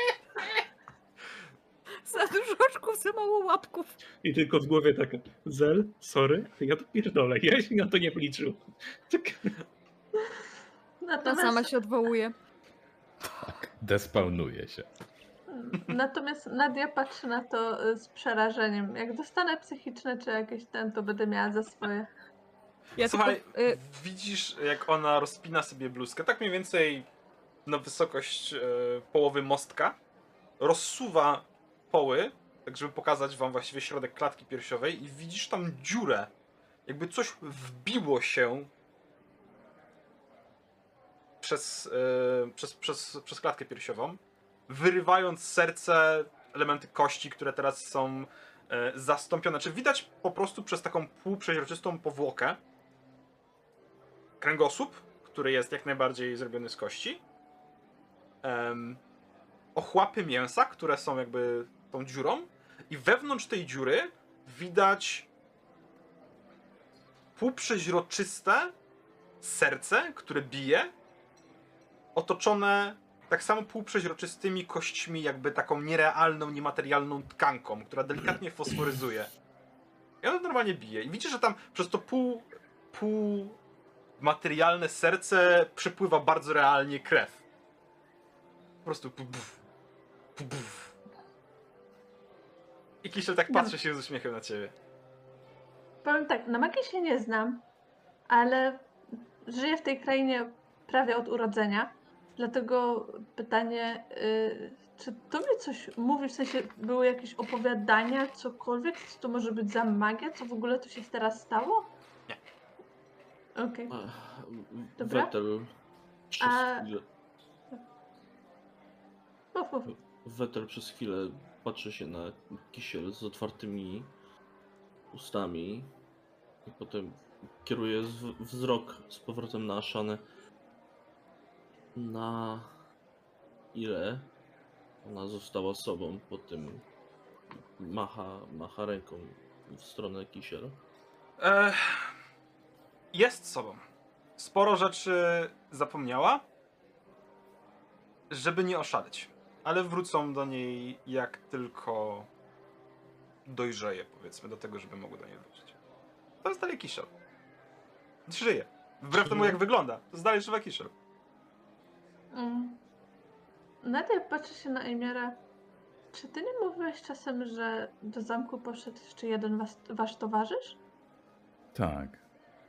Za dużo oczków, za mało łapków. I tylko w głowie taka, Zel, sorry, ja to pierdolę, ja się na to nie wliczył. Tak. Ta Natomiast, sama się odwołuje. Despawnuje się. natomiast Nadia patrzy na to y, z przerażeniem. Jak dostanę psychiczne czy jakieś ten, to będę miała za swoje. Ja Słuchaj, tylko, y, widzisz, jak ona rozpina sobie bluzkę, tak mniej więcej na wysokość e, połowy mostka, rozsuwa poły, tak żeby pokazać wam właściwie środek klatki piersiowej i widzisz tam dziurę. Jakby coś wbiło się przez, e, przez, przez, przez klatkę piersiową, wyrywając z serce elementy kości, które teraz są e, zastąpione. Czy widać po prostu przez taką półprzeźroczystą powłokę kręgosłup, który jest jak najbardziej zrobiony z kości. Um, ochłapy mięsa, które są jakby tą dziurą. I wewnątrz tej dziury widać półprzeźroczyste serce, które bije, otoczone tak samo półprzeźroczystymi kośćmi, jakby taką nierealną, niematerialną tkanką, która delikatnie fosforyzuje. I ona normalnie bije. I widzicie, że tam przez to pół, pół materialne serce przepływa bardzo realnie krew. Po prostu pu- buf, pu- buf. I Kisiel tak patrzy się z uśmiechem na ciebie. Powiem tak, na magii się nie znam, ale żyję w tej krainie prawie od urodzenia Dlatego pytanie, y, czy tobie coś mówi, w sensie były jakieś opowiadania, cokolwiek, co to może być za magia, co w ogóle tu się teraz stało? Nie. Okej, Ech, Dobra. Wetel przez A- chwilę, mów, mów. Wetel przez chwilę patrzy się na kisiel z otwartymi ustami i potem kieruje z- wzrok z powrotem na Aszanę. Na ile ona została sobą po tym macha, macha ręką w stronę kisiel. E, jest sobą. Sporo rzeczy zapomniała, żeby nie oszaleć. Ale wrócą do niej jak tylko dojrzeje, powiedzmy, do tego, żeby mogły do niej wrócić. To jest dalej kisiel. Żyje. Wbrew temu, jak wygląda. To jest dalej żywa kisiel. Mm. Nadia patrzy się na Emiara. Czy ty nie mówiłeś czasem, że do zamku poszedł jeszcze jeden was, wasz towarzysz? Tak.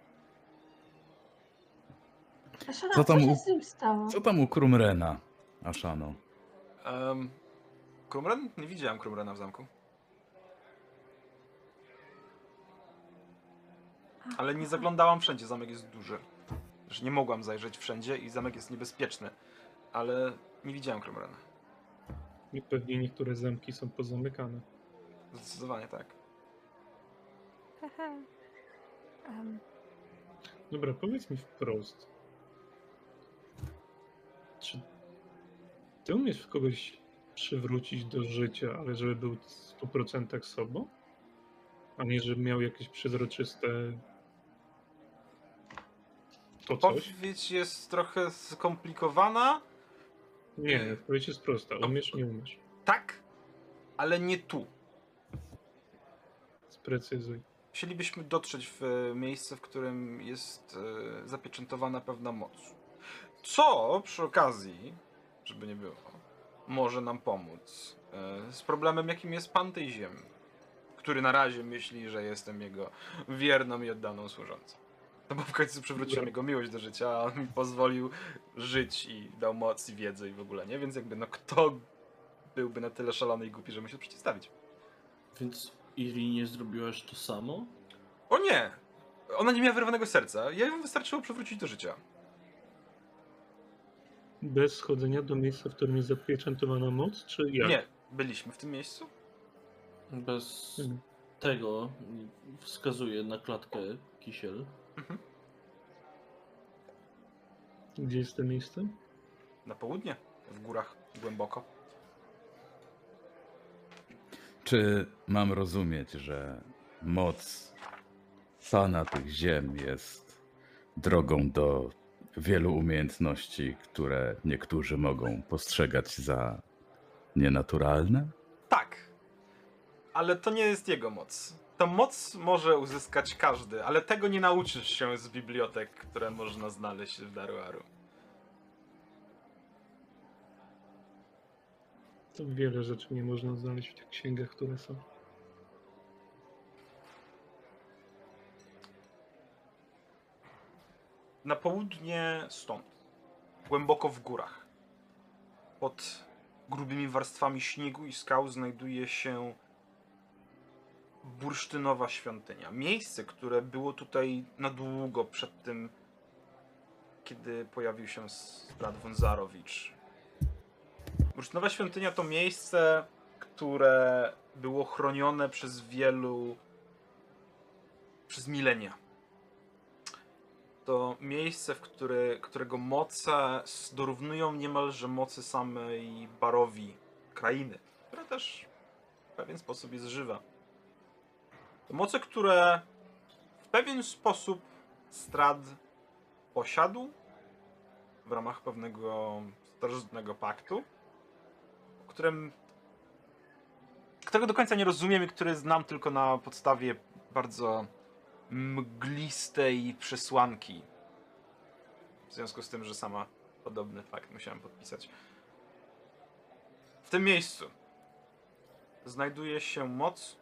Aszana, Co co, tam się u- z nim stało? Co tam u Krumrena, Aszano? Um, Krumren? Nie widziałem Krumrena w zamku. Ale nie zaglądałam wszędzie, zamek jest duży. Że nie mogłam zajrzeć wszędzie i zamek jest niebezpieczny. Ale nie widziałem Krumrena. I pewnie niektóre zamki są pozamykane. Zdecydowanie tak. Hehe. Em, Dobra, powiedz mi wprost. Czy ty umiesz kogoś przywrócić do życia, ale żeby był w stu procentach sobą? A nie, żeby miał jakieś przezroczyste to coś? Odpowiedź jest trochę skomplikowana. Nie, odpowiedź jest prosta. Umiesz, nie umiesz. Tak, ale nie tu. Sprecyzuj. Chcielibyśmy dotrzeć w miejsce, w którym jest e, zapieczętowana pewna moc. Co przy okazji, żeby nie było, może nam pomóc e, z problemem, jakim jest pan tej ziemi, który na razie myśli, że jestem jego wierną i oddaną służącą. No bo w końcu przywróciłem jego miłość do życia, a on mi pozwolił żyć i dał moc i wiedzę i w ogóle, nie? Więc jakby, no kto byłby na tyle szalony i głupi, że mu się przeciwstawić? Więc Iri, nie zrobiłaś to samo? O nie! Ona nie miała wyrwanego serca. Jej wystarczyło przywrócić do życia. Bez schodzenia do miejsca, w którym jest zapieczętowana moc, czy jak? Nie. Byliśmy w tym miejscu? Bez Mhm. tego wskazuje na klatkę kisiel. Mhm. Gdzie jest to miejsce? Na południe. W górach. Głęboko. Czy mam rozumieć, że moc pana tych ziem jest drogą do wielu umiejętności, które niektórzy mogą postrzegać za nienaturalne? Tak. Ale to nie jest jego moc. To moc może uzyskać każdy, ale tego nie nauczysz się z bibliotek, które można znaleźć w Daruaru. To wiele rzeczy nie można znaleźć w tych księgach, które są. Na południe stąd. Głęboko w górach. Pod grubymi warstwami śniegu i skał znajduje się bursztynowa świątynia. Miejsce, które było tutaj na długo przed tym, kiedy pojawił się Strad Wązarowicz. Bursztynowa świątynia to miejsce, które było chronione przez wielu... przez milenia. To miejsce, w które, którego moce dorównują niemalże mocy samej Barowi, krainy, która też w pewien sposób jest żywa. To moce, które w pewien sposób Strad posiadł w ramach pewnego starożytnego paktu, o którym którego do końca nie rozumiem i który znam tylko na podstawie bardzo mglistej przesłanki. W związku z tym, że sama podobny fakt musiałem podpisać. W tym miejscu znajduje się moc,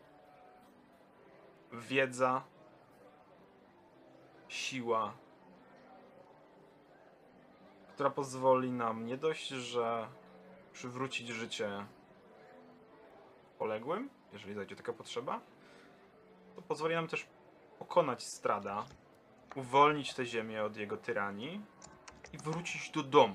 wiedza, siła, która pozwoli nam nie dość, że przywrócić życie poległym, jeżeli zajdzie taka potrzeba, to pozwoli nam też pokonać Strada, uwolnić tę ziemię od jego tyranii i wrócić do domu.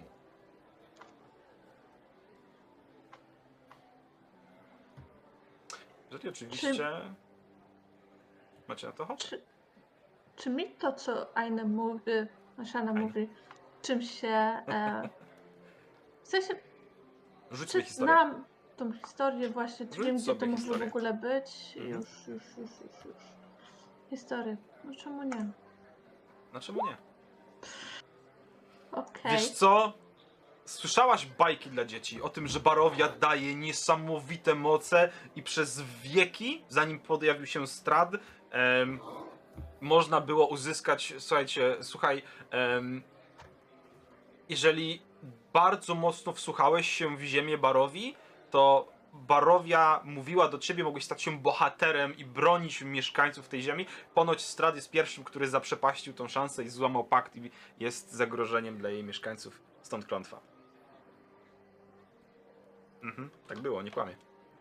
Jeżeli oczywiście macie na to ochotę. Czy, czy mi to, co Aina mówi, Ashana Aina. mówi, czym się... E, w sensie, Rzuć czy sobie historię. znam tą historię właśnie, czy Rzuć wiem, gdzie to sobie może w historię. ogóle być? Mhm. Już, już, już, już, już. Historię. No czemu nie? No czemu nie? Okej. Wiesz co? Słyszałaś bajki dla dzieci o tym, że Barowia daje niesamowite moce i przez wieki, zanim pojawił się Strad, em, można było uzyskać, słuchajcie, słuchaj, em, jeżeli bardzo mocno wsłuchałeś się w ziemię Barowi, to Barowia mówiła do ciebie, mogłeś stać się bohaterem i bronić mieszkańców tej ziemi. Ponoć Strad jest pierwszym, który zaprzepaścił tą szansę i złamał pakt i jest zagrożeniem dla jej mieszkańców. Stąd klątwa. Mhm, tak było, nie kłamie.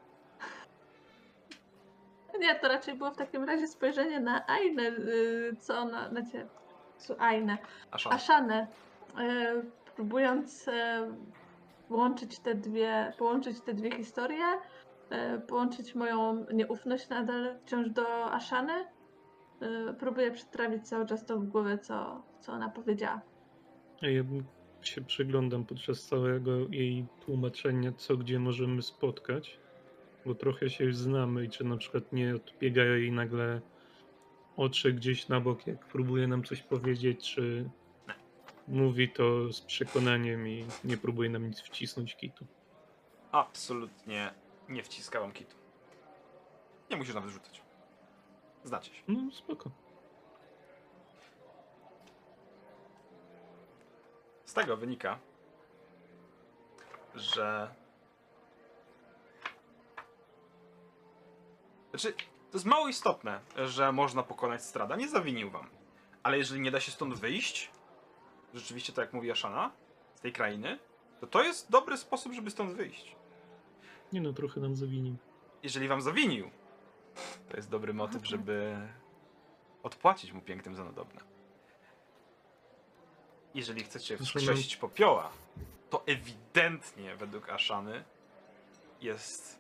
Nie, to raczej było w takim razie spojrzenie na Ainę, y, co ona, znaczy, co Ainę, Asza. Ashannę, y, próbując y, połączyć te dwie, połączyć te dwie historie, y, połączyć moją nieufność nadal wciąż do Ashany. Y, próbuję przetrawić cały czas to w głowie, co, co ona powiedziała. A ja się przyglądam podczas całego jej tłumaczenia, co gdzie możemy spotkać, bo trochę się już znamy i czy na przykład nie odbiegają jej nagle oczy gdzieś na bok, jak próbuje nam coś powiedzieć, czy mówi to z przekonaniem i nie próbuje nam nic wcisnąć kitu. Absolutnie nie wciskałam kitu. Nie musisz nawet rzucać. Znacie się. No spoko. Z tego wynika, że... Znaczy, to jest mało istotne, że można pokonać Strada. Nie zawinił wam. Ale jeżeli nie da się stąd wyjść, rzeczywiście tak jak mówi Ashana, z tej krainy, to to jest dobry sposób, żeby stąd wyjść. Nie no, trochę nam zawinił. Jeżeli wam zawinił, to jest dobry motyw, Okej. żeby odpłacić mu pięknym za nadobne. Jeżeli chcecie Proszę wskrzesić popioła, to ewidentnie według Ashany jest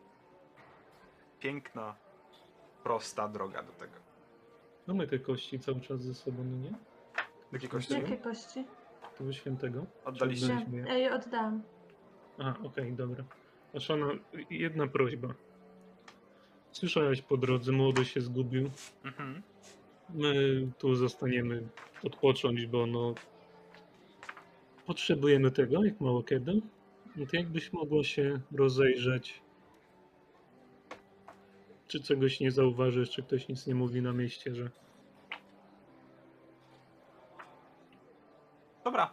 piękna, prosta droga do tego. Mamy te kości cały czas ze sobą, no nie? Jakie kości? Jakie kości? Tego świętego? Oddaliście? Czy Nie, oddaliśmy je? ja je oddałam. A, okej, dobra. Ashana, jedna prośba. Słyszałaś po drodze, młody się zgubił. Mhm. My tu zostaniemy odpocząć, bo no potrzebujemy tego, jak mało kiedy. No to jakbyś mogła się rozejrzeć, czy czegoś nie zauważysz, czy ktoś nic nie mówi na mieście, że Dobra,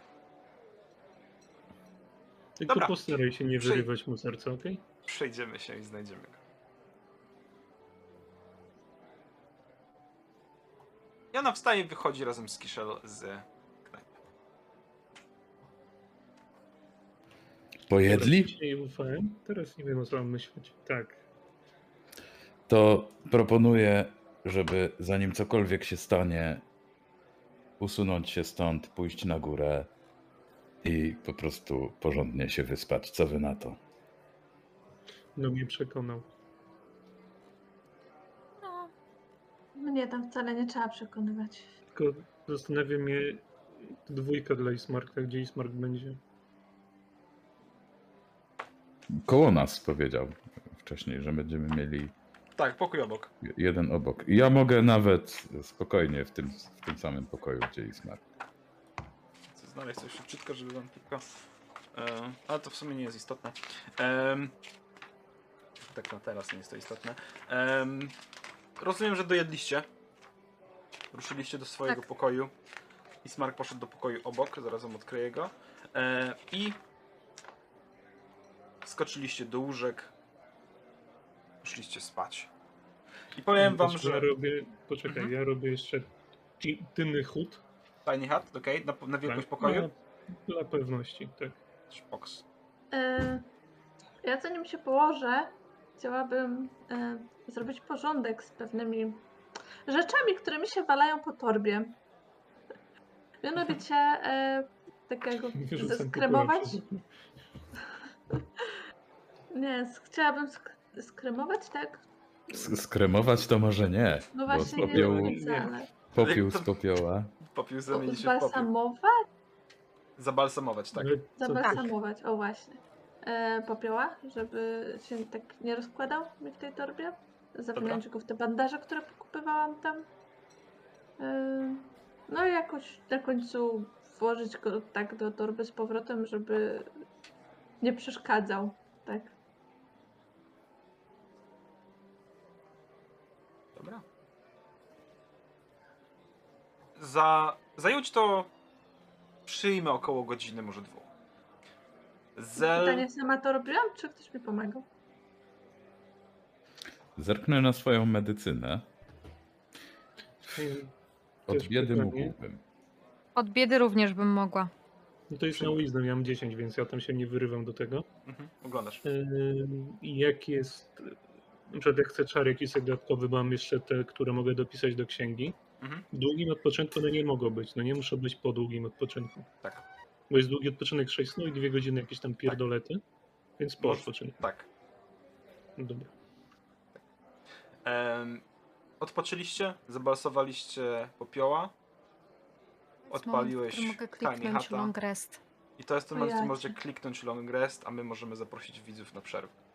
tylko Dobra. postaraj się nie Przyj- wyrywać mu serca, okej? przejdziemy się i znajdziemy go. I ona wstaje i wychodzi razem z Kiszel z knajpy. Pojedli? Teraz ci nie ufałem, teraz nie wiem, o co mam myśleć. Tak. To proponuję, żeby zanim cokolwiek się stanie, usunąć się stąd, pójść na górę i po prostu porządnie się wyspać. Co wy na to? No mnie przekonał. No, Mnie tam wcale nie trzeba przekonywać. Tylko zastanawia mnie dwójka dla Ismarka, gdzie Ismark będzie. Koło nas powiedział wcześniej, że będziemy mieli Tak, pokój obok. jeden obok. I ja mogę nawet spokojnie w tym, w tym samym pokoju, gdzie Ismark. Chcę znaleźć coś szybciutko, żeby wam tylko... E, ale to w sumie nie jest istotne. Em, tak na teraz nie jest to istotne. Em, rozumiem, że dojedliście. Ruszyliście do swojego Tak. pokoju. I Smark poszedł do pokoju obok, zaraz wam odkryję go. E, I skoczyliście do łóżek. Poszliście spać. I powiem wam, Wiesz, że... Ja robię, poczekaj, Mhm. ja robię jeszcze ti- tynny chód. Tiny Hut, okej? Na, na wielkość Tak, pokoju? no, Dla pewności, tak. Szpoks. E, Ja zanim się położę, chciałabym e, zrobić porządek z pewnymi rzeczami, które mi się walają po torbie. Mianowicie e, takiego Wyrzucam popioła zeskremować. przez okno. Nie, s- chciałabym sk skremować, tak? S- Skremować to może nie, No bo z właśnie nie popiołu, do końca, ale popiół z popioła. Popiół o, zamieni się w popiół. zbalsamować? Zabalsamować, tak. Ale co to? Zabalsamować, o właśnie. E, popioła, żeby się tak nie rozkładał mi w tej torbie. Zawinąć go w te bandaże, które pokupywałam tam. E, no i jakoś na końcu włożyć go tak do torby z powrotem, żeby nie przeszkadzał. Tak. Dobra. Za... Zająć to przyjmę około godziny, może dwóch. Zel... Pytanie, sama to robiłam, czy ktoś mi pomagał? Zerknę na swoją medycynę. Od Też biedy pytanie. mógłbym. Od biedy również bym mogła. No to jest na Wisdom, ja mam dziesięć, więc ja tam się nie wyrywam do tego. Mhm, oglądasz. Ym, I jak jest, na przykład jak chcę czar jakiś zagadkowy, bo mam jeszcze te, które mogę dopisać do księgi. Mhm, W długim odpoczynku one nie mogą być, no nie muszę być po długim odpoczynku. tak. Bo jest długi odpoczynek sześć snu i dwie godziny jakieś tam pierdolety, więc po Może- odpoczynku. Tak. No dobra. Em, odpoczęliście, zabalsowaliście popioła, odpaliłeś Moment, w którym mogę Tiny kliknąć Hata long rest. i to jest ten O moment, w którym jacie. możecie kliknąć long rest, a my możemy zaprosić widzów na przerwę.